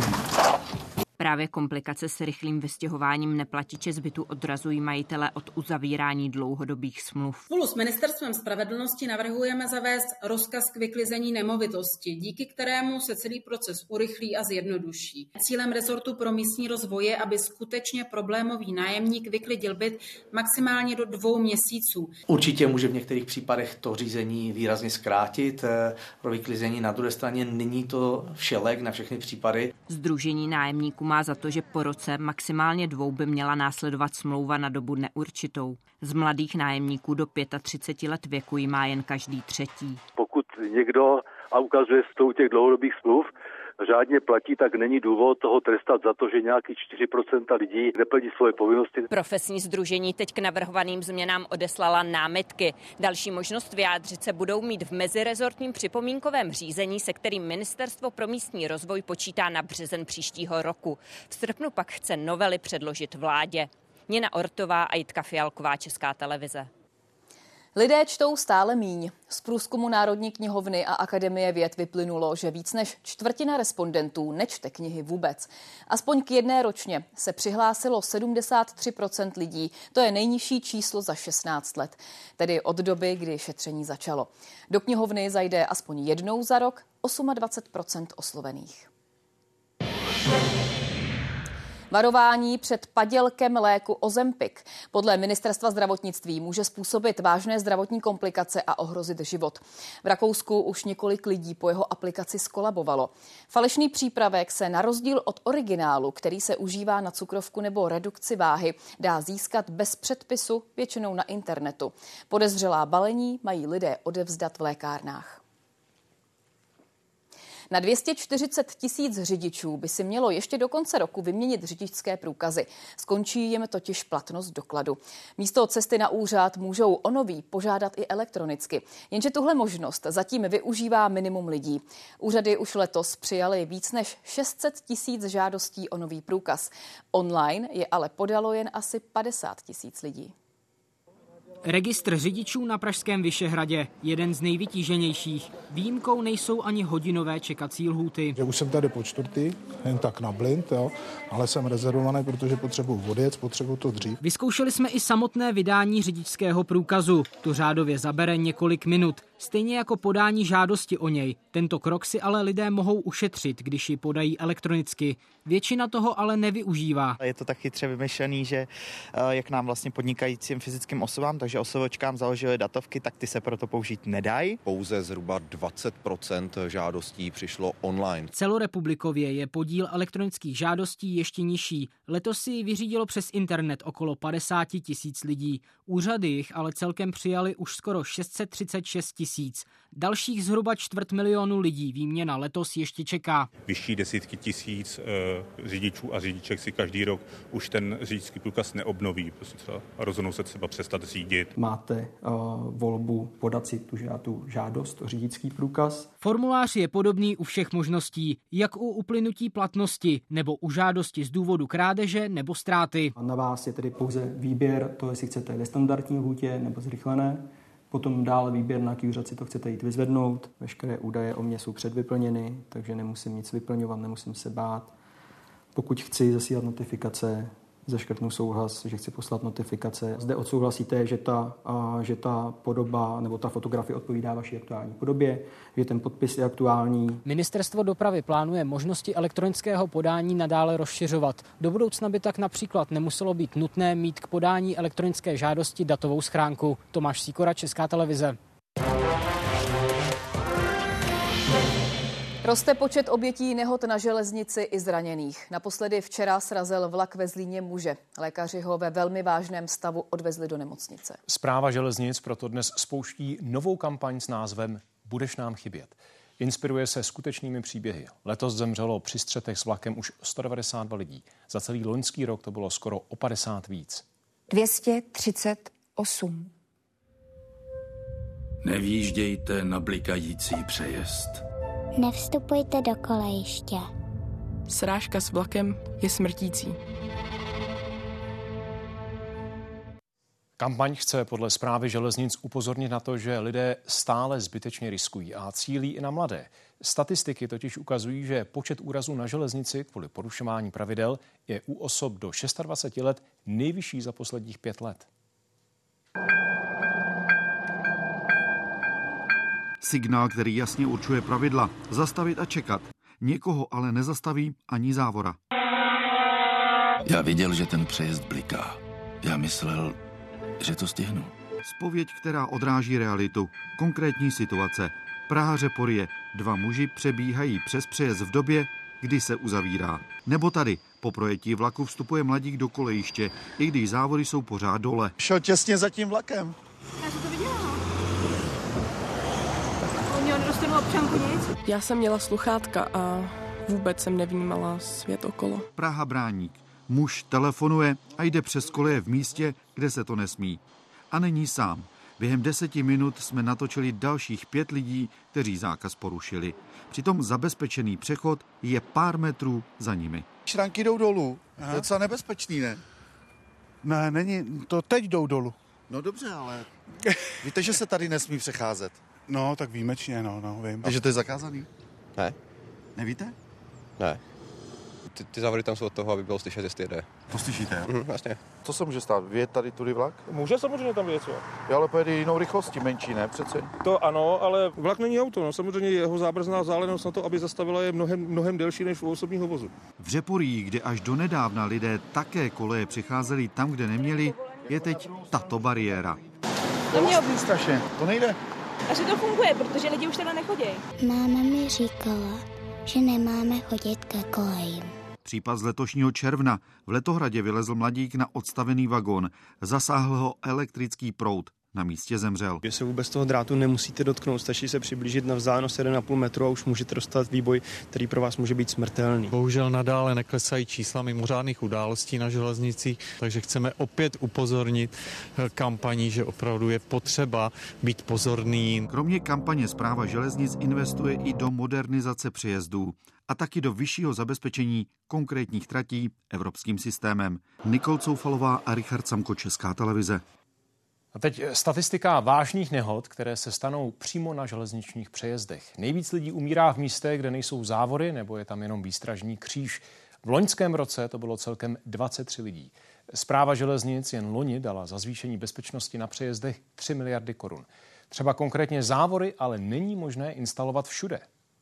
Právě komplikace s rychlým vystěhováním neplatiče z bytu odrazují majitele od uzavírání dlouhodobých smluv. Spolu s Ministerstvem spravedlnosti navrhujeme zavést rozkaz k vyklizení nemovitosti, díky kterému se celý proces urychlí a zjednoduší. Cílem rezortu pro místní rozvoj je, aby skutečně problémový nájemník vyklidil byt maximálně do dvou měsíců. Určitě může v některých případech to řízení výrazně zkrátit. Pro vyklizení na druhé straně není to všelek na všechny případy. Sdružení nájemníků má za to, že po roce maximálně dvou by měla následovat smlouva na dobu neurčitou. Z mladých nájemníků do třicet pět let věku ji má jen každý třetí. Pokud někdo, a ukazuje se to u těch dlouhodobých smluv, řádně platí, tak není důvod toho trestat za to, že nějaký čtyři procenta lidí neplní svoje povinnosti. Profesní sdružení teď k navrhovaným změnám odeslala námitky. Další možnost vyjádřit se budou mít v mezirezortním připomínkovém řízení, se kterým Ministerstvo pro místní rozvoj počítá na březen příštího roku. V srpnu pak chce novely předložit vládě. Nina Ortová a Jitka Fialková, Česká televize. Lidé čtou stále míň. Z průzkumu Národní knihovny a Akademie věd vyplynulo, že víc než čtvrtina respondentů nečte knihy vůbec. Aspoň k jedné ročně se přihlásilo sedmdesát tři procent lidí. To je nejnižší číslo za šestnáct let, tedy od doby, kdy šetření začalo. Do knihovny zajde aspoň jednou za rok dvacet osm procent oslovených. Varování před padělkem léku Ozempic podle Ministerstva zdravotnictví může způsobit vážné zdravotní komplikace a ohrozit život. V Rakousku už několik lidí po jeho aplikaci skolabovalo. Falešný přípravek se na rozdíl od originálu, který se užívá na cukrovku nebo redukci váhy, dá získat bez předpisu, většinou na internetu. Podezřelá balení mají lidé odevzdat v lékárnách. Na dvě stě čtyřicet tisíc řidičů by si mělo ještě do konce roku vyměnit řidičské průkazy. Skončí jim totiž platnost dokladu. Místo cesty na úřad můžou o nový požádat i elektronicky. Jenže tuhle možnost zatím využívá minimum lidí. Úřady už letos přijali víc než šest set tisíc žádostí o nový průkaz. Online je ale podalo jen asi padesát tisíc lidí. Registr řidičů na pražském Vyšehradě, jeden z nejvytíženějších. Výjimkou nejsou ani hodinové čekací lhůty. Já už jsem tady po čtvrtý, jen tak na blind, jo, ale jsem rezervovaný, protože potřebuji odjet, potřebuji to dřív. Vyzkoušeli jsme i samotné vydání řidičského průkazu. To řádově zabere několik minut. Stejně jako podání žádosti o něj. Tento krok si ale lidé mohou ušetřit, když ji podají elektronicky. Většina toho ale nevyužívá. Je to tak chytře vymyšlený, že jak nám vlastně podnikajícím fyzickým osobám, takže OSVČkám založili datovky, tak ty se proto použít nedají. Pouze zhruba dvacet procent žádostí přišlo online. Celorepublikově je podíl elektronických žádostí ještě nižší. Letos si ji vyřídilo přes internet okolo padesát tisíc lidí. Úřady jich ale celkem přijali už skoro šest set třicet šest tisíc. Dalších zhruba čtvrt milionu lidí výměna letos ještě čeká. Vyšší desítky tisíc e, řidičů a řidiček si každý rok už ten řidičský průkaz neobnoví. Prostě třeba rozhodnou se třeba přestat řídit. Máte uh, volbu podat si tu, tu žádost o řidičský průkaz. Formulář je podobný u všech možností, jak u uplynutí platnosti nebo u žádosti z důvodu krádeže nebo ztráty. A na vás je tedy pouze výběr, to jestli chcete ve standardní lhůtě nebo zrychlené. Potom dále výběr, na jaký úřad si to chcete jít vyzvednout. Veškeré údaje o mně jsou předvyplněny, takže nemusím nic vyplňovat, nemusím se bát. Pokud chci zasílat notifikace, zaškrtnu souhlas, že chci poslat notifikace. Zde odsouhlasíte, že ta, a, že ta podoba nebo ta fotografie odpovídá vaší aktuální podobě, že ten podpis je aktuální. Ministerstvo dopravy plánuje možnosti elektronického podání nadále rozšiřovat. Do budoucna by tak například nemuselo být nutné mít k podání elektronické žádosti datovou schránku. Tomáš Sikora, Česká televize. Roste počet obětí nehod na železnici i zraněných. Naposledy včera srazil vlak ve Zlíně muže. Lékaři ho ve velmi vážném stavu odvezli do nemocnice. Správa železnic proto dnes spouští novou kampaň s názvem Budeš nám chybět. Inspiruje se skutečnými příběhy. Letos zemřelo při střetech s vlakem už sto devadesát dva lidí. Za celý loňský rok to bylo skoro o padesát víc. dvě stě třicet osm. Nevjíždějte na blikající přejezd. Nevstupujte do kolejiště. Srážka s vlakem je smrtící. Kampaň chce podle Správy železnic upozornit na to, že lidé stále zbytečně riskují a cílí i na mladé. Statistiky totiž ukazují, že počet úrazů na železnici kvůli porušování pravidel je u osob do dvacet šest let nejvyšší za posledních pět let. Signál, který jasně určuje pravidla. Zastavit a čekat. Někoho ale nezastaví ani závora. Já viděl, že ten přejezd bliká. Já myslel, že to stihnu. Zpověď, která odráží realitu. Konkrétní situace. Praha Řeporyje. Dva muži přebíhají přes přejezd v době, kdy se uzavírá. Nebo tady. Po projetí vlaku vstupuje mladík do kolejiště, i když závory jsou pořád dole. Šel těsně za tím vlakem. Já jsem to viděla. Oni nedostanu občanku nic. Já jsem měla sluchátka a vůbec jsem nevnímala svět okolo. Praha Bráník. Muž telefonuje a jde přes koleje v místě, kde se to nesmí. A není sám. Během deseti minut jsme natočili dalších pět lidí, kteří zákaz porušili. Přitom zabezpečený přechod je pár metrů za nimi. Šranky jdou dolů. Aha. To je docela nebezpečný, ne? Ne, není. To teď jdou dolů. No dobře, ale víte, že se tady nesmí přecházet? No, tak výjimečně, no, no, vím. A že to je zakázaný? Ne. Nevíte? Ne. Ty, ty závory tam jsou od toho, aby bylo slyšet, jestli jede. To slyšíte, jo? Mhm, vlastně. Co se může stát? Vyjet tady tudy vlak? Může samozřejmě tam vyjet, co? Jo, ale pojede jinou rychlostí, menší, ne? Přece. To ano, ale vlak není auto, no. Samozřejmě jeho zábrzná vzdálenost na to, aby zastavila, je mnohem, mnohem delší než u osobního vozu. V Řeporyji, kde až donedávna lidé také koleje přicházeli tam, kde neměli, je teď tato bariéra. To mě obří strašně, to nejde. A že to funguje, protože lidi už teda nechodí. Máma mi říkala, že nemáme chodit ke kolejím. Případ z letošního června. V Letohradě vylezl mladík na odstavený vagon. Zasáhl ho elektrický proud. na místě zemřel. Vy se vůbec toho drátu nemusíte dotknout, stačí se přiblížit na vzdálenost jeden a půl metru a už můžete dostat výboj, který pro vás může být smrtelný. Bohužel nadále neklesají čísla mimořádných událostí na železnicích, takže chceme opět upozornit kampaní, že opravdu je potřeba být pozorný. Kromě kampaně Správa železnic investuje i do modernizace přejezdů a taky do vyššího zabezpečení konkrétních tratí evropským systémem. Nikol Coufalová a Richard Samko, Česká televize. A teď statistika vážných nehod, které se stanou přímo na železničních přejezdech. Nejvíc lidí umírá v místech, kde nejsou závory nebo je tam jenom výstražný kříž. V loňském roce to bylo celkem dvacet tři lidí. Správa železnic jen loni dala za zvýšení bezpečnosti na přejezdech tři miliardy korun. Třeba konkrétně závory ale není možné instalovat všude.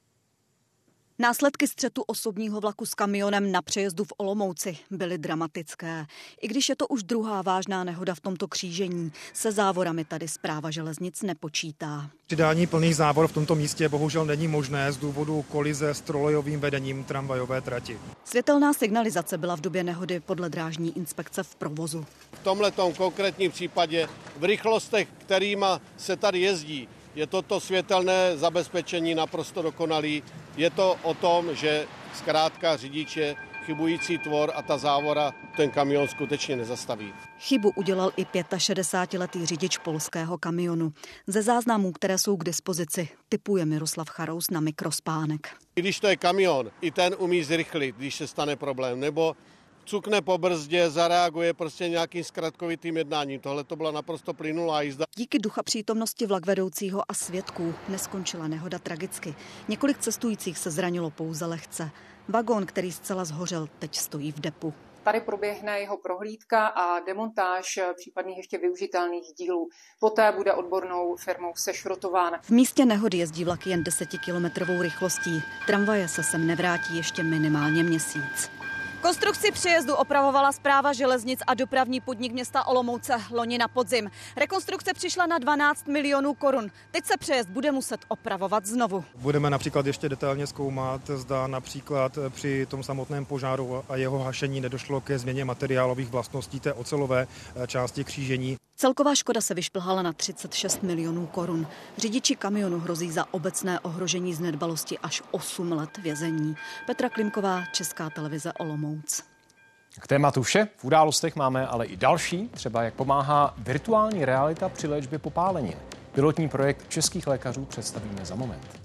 Následky střetu osobního vlaku s kamionem na přejezdu v Olomouci byly dramatické. I když je to už druhá vážná nehoda v tomto křížení, se závorami tady Správa železnic nepočítá. Přidání plných závor v tomto místě bohužel není možné z důvodu kolize s trolejovým vedením tramvajové trati. Světelná signalizace byla v době nehody podle drážní inspekce v provozu. V tomhletom konkrétním případě v rychlostech, kterýma se tady jezdí, je toto světelné zabezpečení naprosto dokonalý. Je to o tom, že zkrátka řidič je chybující tvor a ta závora ten kamion skutečně nezastaví. Chybu udělal i šedesátiletý řidič polského kamionu. Ze záznamů, které jsou k dispozici, tipuje Miroslav Charous na Mikrospánek. Když to je kamion, i ten umí zrychlit, když se stane problém, nebo cukne po brzdě, zareaguje prostě nějakým zkratkovitým jednáním. Tohle to byla naprosto plynulá jízda. Díky ducha přítomnosti vlakvedoucího a svědků neskončila nehoda tragicky. Několik cestujících se zranilo pouze lehce. Vagón, který zcela zhořel, teď stojí v depu. Tady proběhne jeho prohlídka a demontáž případných ještě využitelných dílů. Poté bude odbornou firmou sešrotován. V místě nehody jezdí vlaky jen desetikilometrovou rychlostí. Tramvaje se sem nevrátí ještě minimálně měsíc. Konstrukci přejezdu opravovala Správa železnic a dopravní podnik města Olomouce loni na podzim. Rekonstrukce přišla na dvanáct milionů korun. Teď se přejezd bude muset opravovat znovu. Budeme například ještě detailně zkoumat, zda například při tom samotném požáru a jeho hašení nedošlo ke změně materiálových vlastností té ocelové části křížení. Celková škoda se vyšplhala na třicet šest milionů korun. Řidiči kamionu hrozí za obecné ohrožení z nedbalosti až osm let vězení. Petra Klimková, Česká televize Olomouc. K tématu vše. V událostech máme ale i další, třeba jak pomáhá virtuální realita při léčbě popálenin. Pilotní projekt českých lékařů představíme za moment.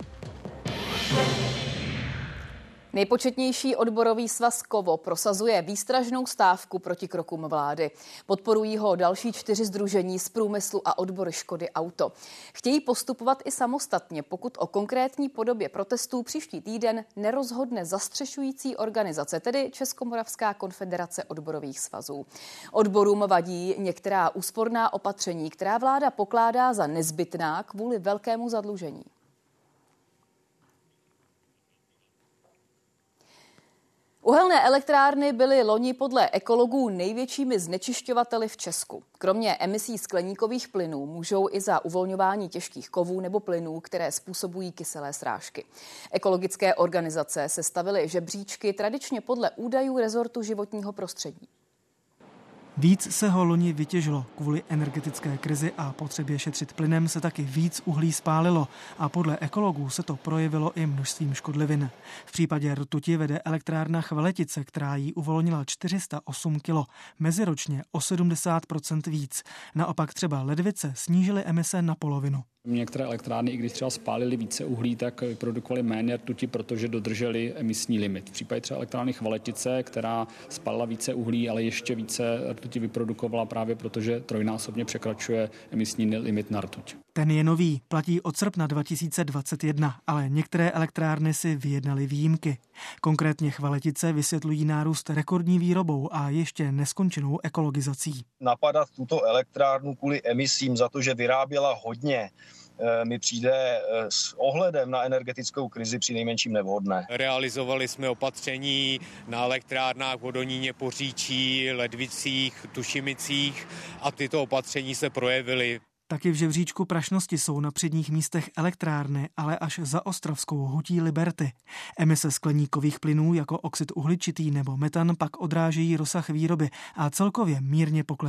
Nejpočetnější odborový svaz Kovo prosazuje výstražnou stávku proti krokům vlády. Podporují ho další čtyři sdružení z průmyslu a odbory Škody Auto. Chtějí postupovat i samostatně, pokud o konkrétní podobě protestů příští týden nerozhodne zastřešující organizace, tedy Českomoravská konfederace odborových svazů. Odborům vadí některá úsporná opatření, která vláda pokládá za nezbytná kvůli velkému zadlužení. Uhelné elektrárny byly loni podle ekologů největšími znečišťovateli v Česku. Kromě emisí skleníkových plynů můžou i za uvolňování těžkých kovů nebo plynů, které způsobují kyselé srážky. Ekologické organizace sestavily žebříčky tradičně podle údajů rezortu životního prostředí. Víc se ho loni vytěžilo. Kvůli energetické krizi a potřebě šetřit plynem se taky víc uhlí spálilo a podle ekologů se to projevilo i množstvím škodlivin. V případě rtuti vede elektrárna Chvaletice, která jí uvolnila čtyři sta osm kilo, meziročně o sedmdesát procent víc. Naopak třeba Ledvice snížily emise na polovinu. Některé elektrárny, i když třeba spálily více uhlí, tak vyprodukovaly méně rtuti, protože dodržely emisní limit. V případě třeba elektrárny Chvaletice, která spálila více uhlí, ale ještě více rtuti vyprodukovala právě protože trojnásobně překračuje emisní limit na rtuť. Ten je nový, platí od srpna dva tisíce dvacet jedna, ale některé elektrárny si vyjednaly výjimky. Konkrétně Chvaletice vysvětlují nárůst rekordní výrobou a ještě neskončenou ekologizací. Napadat tuto elektrárnu kvůli emisím za to, že vyráběla hodně, mi přijde s ohledem na energetickou krizi při nejmenším nevhodné. Realizovali jsme opatření na elektrárnách v Hodoníně, Poříčí, Ledvicích, Tušimicích a tyto opatření se projevily. Taky v žebříčku prašnosti jsou na předních místech elektrárny, ale až za ostravskou hutí Liberty. Emise skleníkových plynů jako oxid uhličitý nebo metan pak odrážejí rozsah výroby a celkově mírně poklesly.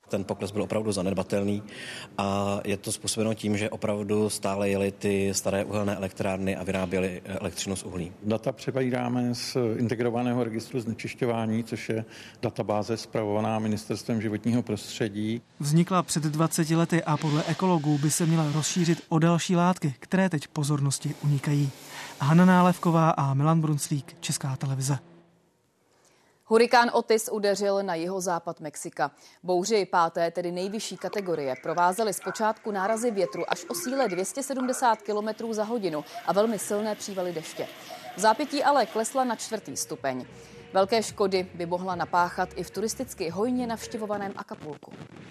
Ten pokles byl opravdu zanedbatelný a je to způsobeno tím, že opravdu stále jeli ty staré uhelné elektrárny a vyráběly elektřinu z uhlí. Data přebíráme z integrovaného registru znečišťování, což je databáze spravovaná Ministerstvem životního prostředí. Vznikla před dvaceti lety a podle ekologů by se měla rozšířit o další látky, které teď pozornosti unikají. Hana Nálevková a Milan Brunclík, Česká televize. Hurikán Otis udeřil na jihozápad Mexika. Bouři páté, tedy nejvyšší kategorie, provázely zpočátku nárazy větru až o síle dvě stě sedmdesát kilometrů za hodinu a velmi silné přívaly deště. V zápětí ale klesla na čtvrtý stupeň. Velké škody by mohla napáchat i v turisticky hojně navštěvovaném Acapulku.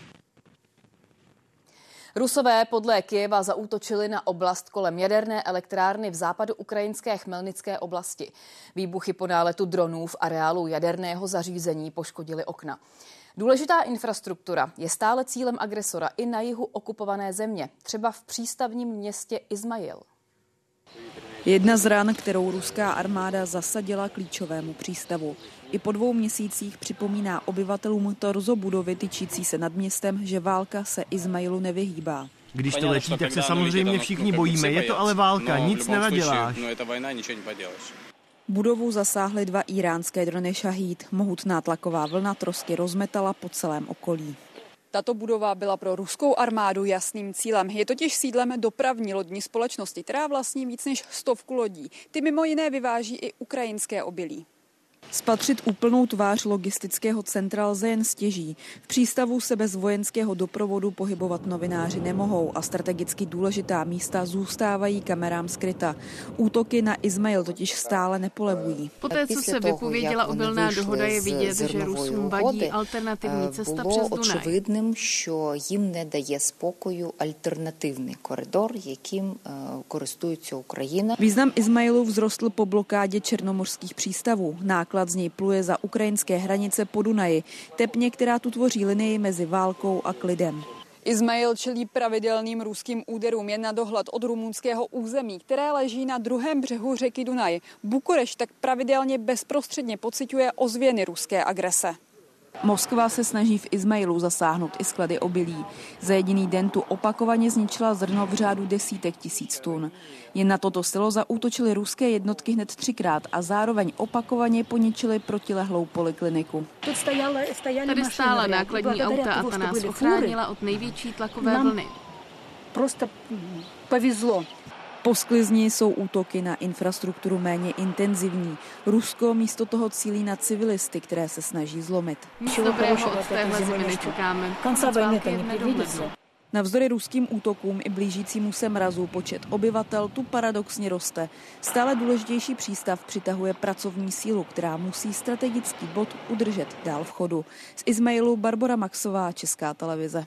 Rusové podle Kyjeva zaútočili na oblast kolem jaderné elektrárny v západu ukrajinské Chmelnické oblasti. Výbuchy po náletu dronů v areálu jaderného zařízení poškodily okna. Důležitá infrastruktura je stále cílem agresora i na jihu okupované země, třeba v přístavním městě Izmail. Jedna z ran, kterou ruská armáda zasadila klíčovému přístavu. I po dvou měsících připomíná obyvatelům torzo budovy tyčící se nad městem, že válka se Izmailu nevyhýbá. Když to letí, tak se samozřejmě všichni bojíme. Je to ale válka, nic nenaděláš. Budovu zasáhly dva íránské drony Šahíd. Mohutná tlaková vlna trosky rozmetala po celém okolí. Tato budova byla pro ruskou armádu jasným cílem. Je totiž sídlem dopravní lodní společnosti, která vlastní víc než stovku lodí. Ty mimo jiné vyváží i ukrajinské obilí. Spatřit úplnou tvář logistického centra lze jen stěží. V přístavu se bez vojenského doprovodu pohybovat novináři nemohou a strategicky důležitá místa zůstávají kamerám skryta. Útoky na Izmail totiž stále nepolevují. Poté, co se vypověděla obilná dohoda, je vidět, že Rusům vadí alternativní cesta přes Dunaj. Було очевидним, що їм не дає спокою альтернативний коридор, яким користується Україна. Význam Izmailu vzrostl po blokádě černomorských přístavů. Náklad z něj pluje za ukrajinské hranice po Dunaji, tepně, která tu tvoří linii mezi válkou a klidem. Izmail čelí pravidelným ruským úderům jen na dohled od rumunského území, které leží na druhém břehu řeky Dunaj. Bukurešť tak pravidelně bezprostředně pociťuje ozvěny ruské agrese. Moskva se snaží v Izmailu zasáhnout i sklady obilí. Za jediný den tu opakovaně zničila zrno v řádu desítek tisíc tun. Jen na toto silo zaútočily ruské jednotky hned třikrát a zároveň opakovaně poničily protilehlou polikliniku. Tady stála nákladní auta a ta nás ochránila od největší tlakové vlny. Prostě povězlo. Po sklizni jsou útoky na infrastrukturu méně intenzivní. Rusko místo toho cílí na civilisty, které se snaží zlomit. Nic dobrého od téhle zemi nečekáme. Navzdory ruským útokům i blížícímu se mrazu počet obyvatel tu paradoxně roste. Stále důležitější přístav přitahuje pracovní sílu, která musí strategický bod udržet dál v chodu. Z Izmailu Barbora Maxová, Česká televize.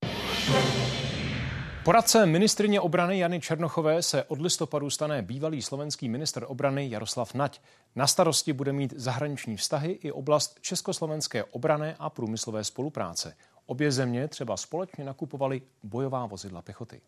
Poradce ministryně obrany Jany Černochové se od listopadu stane bývalý slovenský ministr obrany Jaroslav Nať. Na starosti bude mít zahraniční vztahy i oblast československé obranné a průmyslové spolupráce. Obě země třeba společně nakupovaly bojová vozidla pěchoty.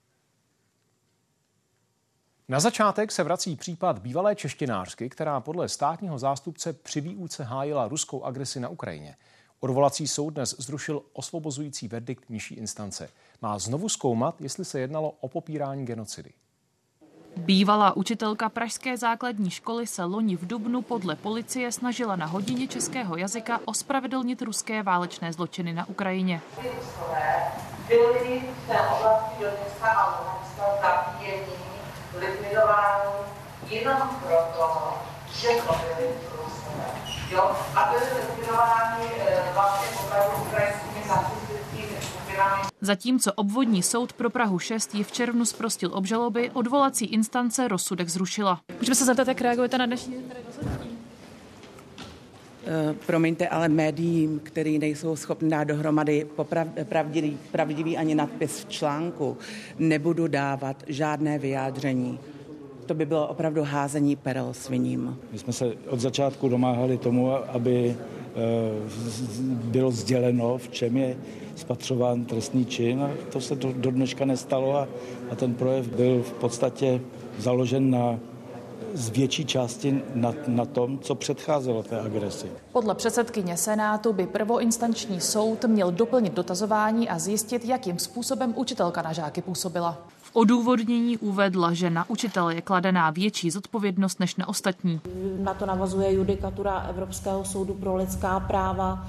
Na začátek se vrací případ bývalé češtinářky, která podle státního zástupce při výuce hájila ruskou agresi na Ukrajině. Odvolací soud dnes zrušil osvobozující verdikt nižší instance. Má znovu zkoumat, jestli se jednalo o popírání genocidy. Bývalá učitelka pražské základní školy se loni v dubnu podle policie snažila na hodině českého jazyka ospravedlnit ruské válečné zločiny na Ukrajině. Byli v té oblasti Donecka a Luhanska zabíjení, likvidováni jenom proto, že to byli Rusové. Jo? A byli likvidováni vlastně opravdu ukrajinskými nacistickými skupinami. Zatímco obvodní soud pro Prahu šest ji v červnu zprostil obžaloby, odvolací instance rozsudek zrušila. Můžeme se zeptat, jak reagujete na dnešní rozhodnutí? Promiňte, ale médiím, který nejsou schopni dát dohromady pravdivý, pravdivý ani nadpis v článku, nebudu dávat žádné vyjádření. To by bylo opravdu házení perel sviním. My jsme se od začátku domáhali tomu, aby bylo sděleno, v čem je spatřován trestný čin, a to se do, do dneška nestalo a, a ten projev byl v podstatě založen na z větší části na, na tom, co předcházelo té agresi. Podle předsedkyně Senátu by prvoinstanční soud měl doplnit dotazování a zjistit, jakým způsobem učitelka na žáky působila. V odůvodnění uvedla, že na učitele je kladená větší zodpovědnost než na ostatní. Na to navazuje judikatura Evropského soudu pro lidská práva,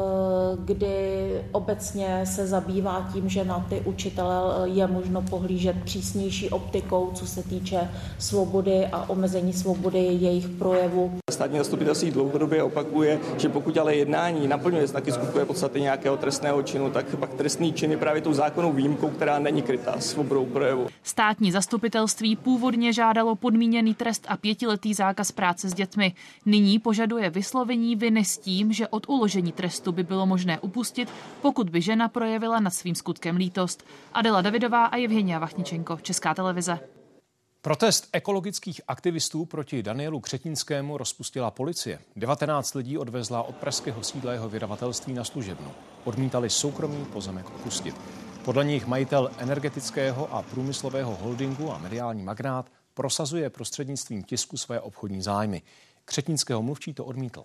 kdy obecně se zabývá tím, že na ty učitele je možno pohlížet přísnější optikou, co se týče svobody a omezení svobody jejich projevu. Státní zastupitelství dlouhodobě opakuje, že pokud ale jednání naplňuje znaky skutkové podstaty nějakého trestného činu, tak pak trestný čin je právě tou zákonnou výjimkou, která není krytá svobodou projevu. Státní zastupitelství původně žádalo podmíněný trest a pětiletý zákaz práce s dětmi. Nyní požaduje vyslovení viny s tím, že od uložení trestu by bylo možné upustit, pokud by žena projevila nad svým skutkem lítost. Adela Davidová a Evgenia Vachničenko, Česká televize. Protest ekologických aktivistů proti Danielu Křetinskému rozpustila policie. devatenáct lidí odvezla od pražského sídla jeho vydavatelství na služebnu. Odmítali soukromý pozemek opustit. Podle nich majitel energetického a průmyslového holdingu a mediální magnát prosazuje prostřednictvím tisku své obchodní zájmy. Křetinského mluvčí to odmítl.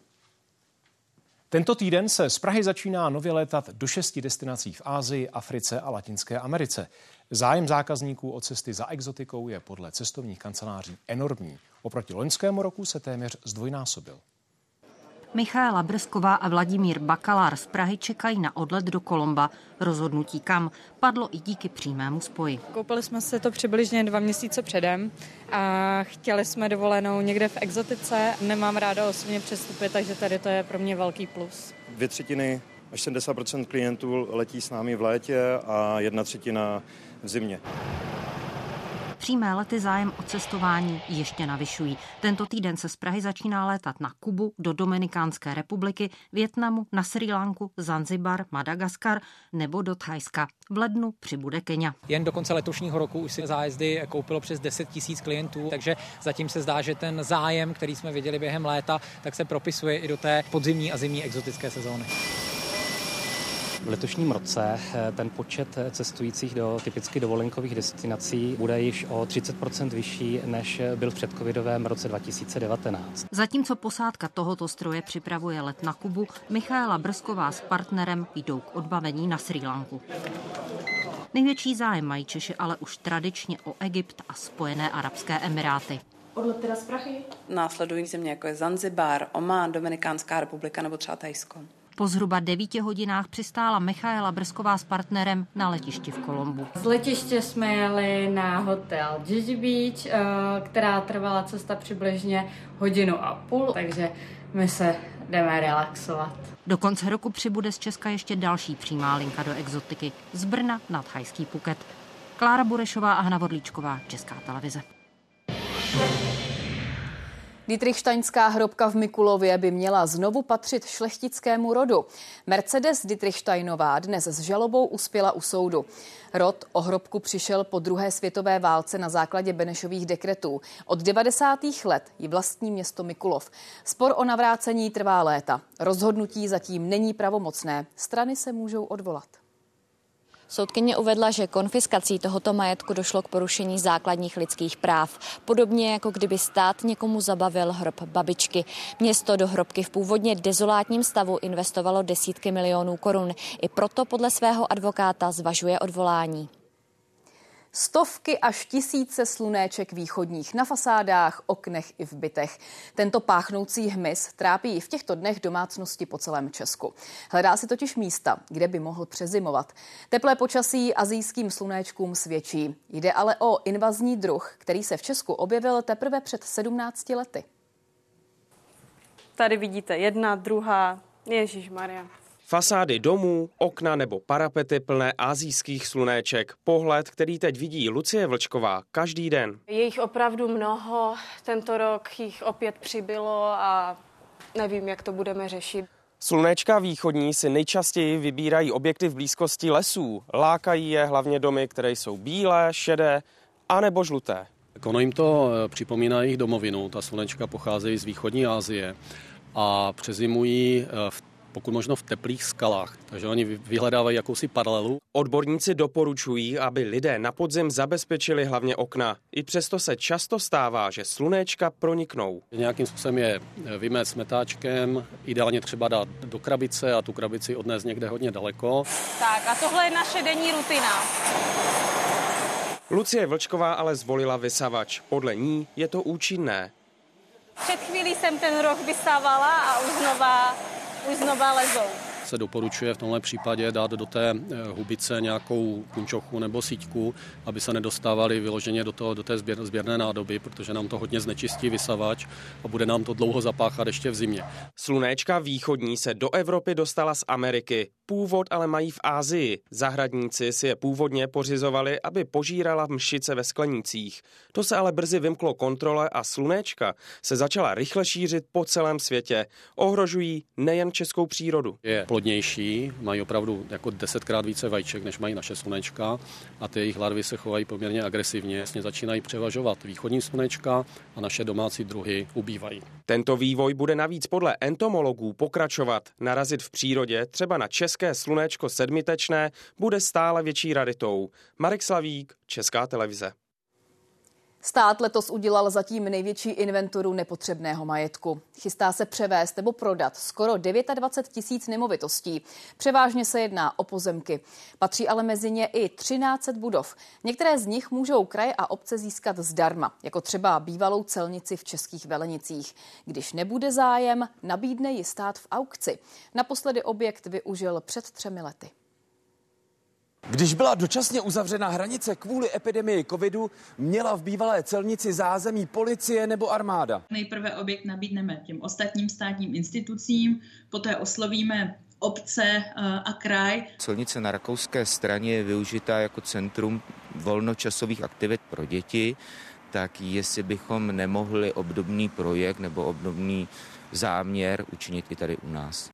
Tento týden se z Prahy začíná nově létat do šesti destinací v Asii, Africe a Latinské Americe. Zájem zákazníků o cesty za exotikou je podle cestovních kanceláří enormní. Oproti loňskému roku se téměř zdvojnásobil. Michaela Brsková a Vladimír Bakalár z Prahy čekají na odlet do Kolomba. Rozhodnutí kam padlo i díky přímému spoji. Koupili jsme si to přibližně dva měsíce předem a chtěli jsme dovolenou někde v exotice. Nemám ráda osobně přestupy, takže tady to je pro mě velký plus. Dvě třetiny až sedmdesát procent klientů letí s námi v létě a jedna třetina v zimě. Přímé lety zájem o cestování ještě navyšují. Tento týden se z Prahy začíná létat na Kubu, do Dominikánské republiky, Vietnamu, na Srí Lanku, Zanzibar, Madagaskar nebo do Thajska. V lednu přibude Kenia. Jen do konce letošního roku už si zájezdy koupilo přes deset tisíc klientů, takže zatím se zdá, že ten zájem, který jsme viděli během léta, tak se propisuje i do té podzimní a zimní exotické sezóny. V letošním roce ten počet cestujících do typicky dovolenkových destinací bude již o třicet procent vyšší, než byl v předcovidovém roce dva tisíce devatenáct. Zatímco posádka tohoto stroje připravuje let na Kubu, Michaela Brsková s partnerem jdou k odbavení na Srí Lanku. Největší zájem mají Češi ale už tradičně o Egypt a Spojené arabské emiráty. Odlet teda z Prahy? Následují země jako je Zanzibar, Omán, Dominikánská republika nebo třeba Thajsko. Po zhruba devíti hodinách přistála Michaela Brsková s partnerem na letišti v Kolombu. Z letiště jsme jeli na hotel Gigi Beach, která trvala cesta přibližně hodinu a půl, takže my se jdeme relaxovat. Do konce roku přibude z Česka ještě další přímá linka do exotiky z Brna na thajský Phuket. Klára Burešová a Hana Vodlíčková, Česká televize. Dietrichsteinská hrobka v Mikulově by měla znovu patřit šlechtickému rodu. Mercedes Dietrichsteinová dnes s žalobou uspěla u soudu. Rod o hrobku přišel po druhé světové válce na základě Benešových dekretů. Od devadesátých let ji vlastní město Mikulov. Spor o navrácení trvá léta. Rozhodnutí zatím není pravomocné. Strany se můžou odvolat. Soudkyně uvedla, že konfiskací tohoto majetku došlo k porušení základních lidských práv. Podobně jako kdyby stát někomu zabavil hrob babičky. Město do hrobky v původně dezolátním stavu investovalo desítky milionů korun. I proto podle svého advokáta zvažuje odvolání. Stovky až tisíce slunéček východních na fasádách, oknech i v bytech. Tento páchnoucí hmyz trápí i v těchto dnech domácnosti po celém Česku. Hledá si totiž místa, kde by mohl přezimovat. Teplé počasí asijským slunéčkům svědčí. Jde ale o invazní druh, který se v Česku objevil teprve před sedmnácti lety. Tady vidíte jedna, druhá, ježišmarja. Fasády domů, okna nebo parapety plné asijských slunéček. Pohled, který teď vidí Lucie Vlčková každý den. Je jich opravdu mnoho, tento rok jich opět přibylo a nevím, jak to budeme řešit. Slunéčka východní si nejčastěji vybírají objekty v blízkosti lesů. Lákají je hlavně domy, které jsou bílé, šedé a nebo žluté. Ono jim to připomíná jejich domovinu. Ta slunečka pocházejí z východní Asie a přezimují v pokud možno v teplých skalách. Takže oni vyhledávají jakousi paralelu. Odborníci doporučují, aby lidé na podzim zabezpečili hlavně okna. I přesto se často stává, že slunéčka proniknou. Nějakým způsobem je vymést smetáčkem, ideálně třeba dát do krabice a tu krabici odnést někde hodně daleko. Tak a tohle je naše denní rutina. Lucie Vlčková ale zvolila vysavač. Podle ní je to účinné. Před chvílí jsem ten roh vysávala a už znova, už znova lezou. Se doporučuje v tomhle případě dát do té hubice nějakou kunčochu nebo síťku, aby se nedostávali vyloženě do, toho, do té sběr, sběrné nádoby, protože nám to hodně znečistí vysavač a bude nám to dlouho zapáchat ještě v zimě. Slunéčka východní se do Evropy dostala z Ameriky. Původ ale mají v Asii. Zahradníci si je původně pořizovali, aby požírala mšice ve sklenících. To se ale brzy vymklo kontrole a slunéčka se začala rychle šířit po celém světě. Ohrožují nejen českou přírodu. Je plodnější, mají opravdu jako desetkrát více vajíček, než mají naše slunečka a ty jejich larvy se chovají poměrně agresivně. Jasně začínají převažovat východní slunečka a naše domácí druhy ubývají. Tento vývoj bude navíc podle entomologů pokračovat. Narazit v přírodě, třeba na české slunéčko sedmitečné, bude stále větší raritou. Marek Slavík, Česká televize. Stát letos udělal zatím největší inventuru nepotřebného majetku. Chystá se převést nebo prodat skoro dvacet devět tisíc nemovitostí. Převážně se jedná o pozemky. Patří ale mezi ně i třináct set budov. Některé z nich můžou kraje a obce získat zdarma, jako třeba bývalou celnici v Českých Velenicích. Když nebude zájem, nabídne ji stát v aukci. Naposledy objekt využil před třemi lety. Když byla dočasně uzavřena hranice kvůli epidemii covidu, měla v bývalé celnici zázemí policie nebo armáda. Nejprve objekt nabídneme těm ostatním státním institucím, poté oslovíme obce a kraj. Celnice na rakouské straně je využitá jako centrum volnočasových aktivit pro děti, tak jestli bychom nemohli obdobný projekt nebo obdobný záměr učinit i tady u nás.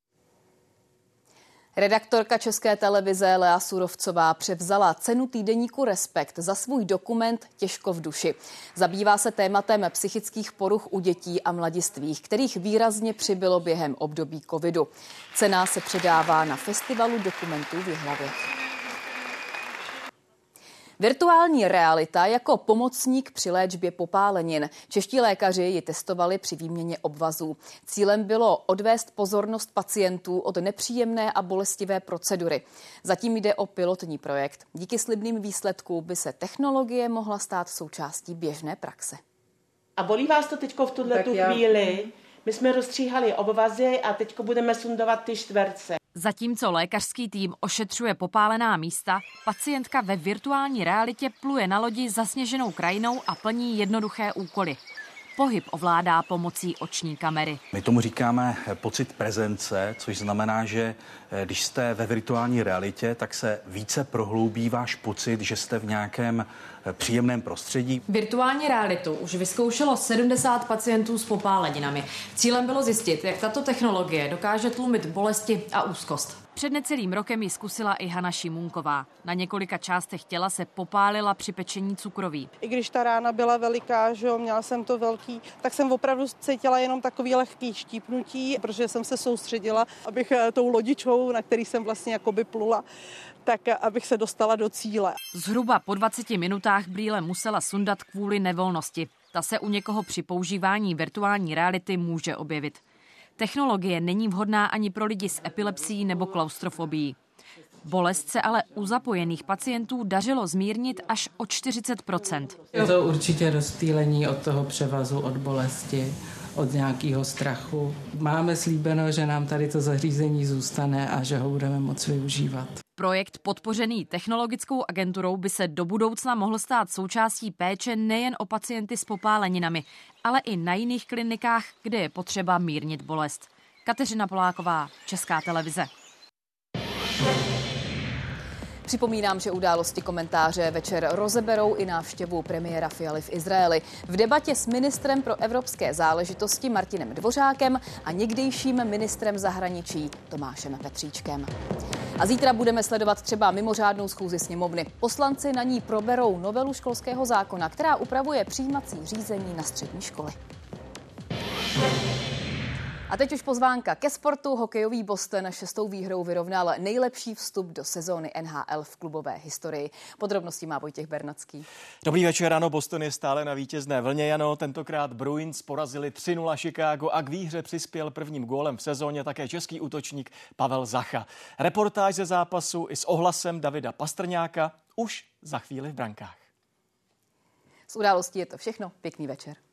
Redaktorka České televize Lea Surovcová převzala cenu týdeníku Respekt za svůj dokument Těžko v duši. Zabývá se tématem psychických poruch u dětí a mladistvých, kterých výrazně přibylo během období covidu. Cena se předává na festivalu dokumentů v Jihlavě. Virtuální realita jako pomocník při léčbě popálenin. Čeští lékaři ji testovali při výměně obvazů. Cílem bylo odvést pozornost pacientů od nepříjemné a bolestivé procedury. Zatím jde o pilotní projekt. Díky slibným výsledkům by se technologie mohla stát součástí běžné praxe. A bolí vás to teďko v tuhle tu chvíli? My jsme rozstříhali obvazy a teďko budeme sundovat ty štverce. Zatímco lékařský tým ošetřuje popálená místa, pacientka ve virtuální realitě pluje na lodi zasněženou krajinou a plní jednoduché úkoly. Pohyb ovládá pomocí oční kamery. My tomu říkáme pocit prezence, což znamená, že když jste ve virtuální realitě, tak se více prohloubí váš pocit, že jste v nějakém příjemném prostředí. Virtuální realitu už vyzkoušelo sedmdesát pacientů s popáleninami. Cílem bylo zjistit, jak tato technologie dokáže tlumit bolesti a úzkost. Před necelým rokem ji zkusila i Hana Šimunková. Na několika částech těla se popálila při pečení cukroví. I když ta rána byla veliká, že jo, měla jsem to velký, tak jsem opravdu cítila jenom takový lehký štípnutí, protože jsem se soustředila, abych tou lodičkou, na který jsem vlastně jakoby plula, tak abych se dostala do cíle. Zhruba po dvaceti minutách brýle musela sundat kvůli nevolnosti. Ta se u někoho při používání virtuální reality může objevit. Technologie není vhodná ani pro lidi s epilepsií nebo klaustrofobií. Bolest se ale u zapojených pacientů dařilo zmírnit až o čtyřicet procent. Je to určitě rozptýlení od toho převazu, od bolesti, od nějakého strachu. Máme slíbeno, že nám tady to zařízení zůstane a že ho budeme moci využívat. Projekt podpořený technologickou agenturou by se do budoucna mohl stát součástí péče nejen o pacienty s popáleninami, ale i na jiných klinikách, kde je potřeba mírnit bolest. Kateřina Poláková, Česká televize. Připomínám, že události komentáře večer rozeberou i návštěvu premiéra Fialy v Izraeli. V debatě s ministrem pro evropské záležitosti Martinem Dvořákem a někdejším ministrem zahraničí Tomášem Petříčkem. A zítra budeme sledovat třeba mimořádnou schůzi sněmovny. Poslanci na ní proberou novelu školského zákona, která upravuje přijímací řízení na střední školy. A teď už pozvánka ke sportu. Hokejový Boston šestou výhrou vyrovnal nejlepší vstup do sezóny N H L v klubové historii. Podrobnosti má Vojtěch Bernacký. Dobrý večer, ano, Boston je stále na vítězné vlně, Jano. Tentokrát Bruins porazili tři nula Chicago a k výhře přispěl prvním gólem v sezóně také český útočník Pavel Zacha. Reportáž ze zápasu i s ohlasem Davida Pastrňáka už za chvíli v brankách. Z událostí je to všechno. Pěkný večer.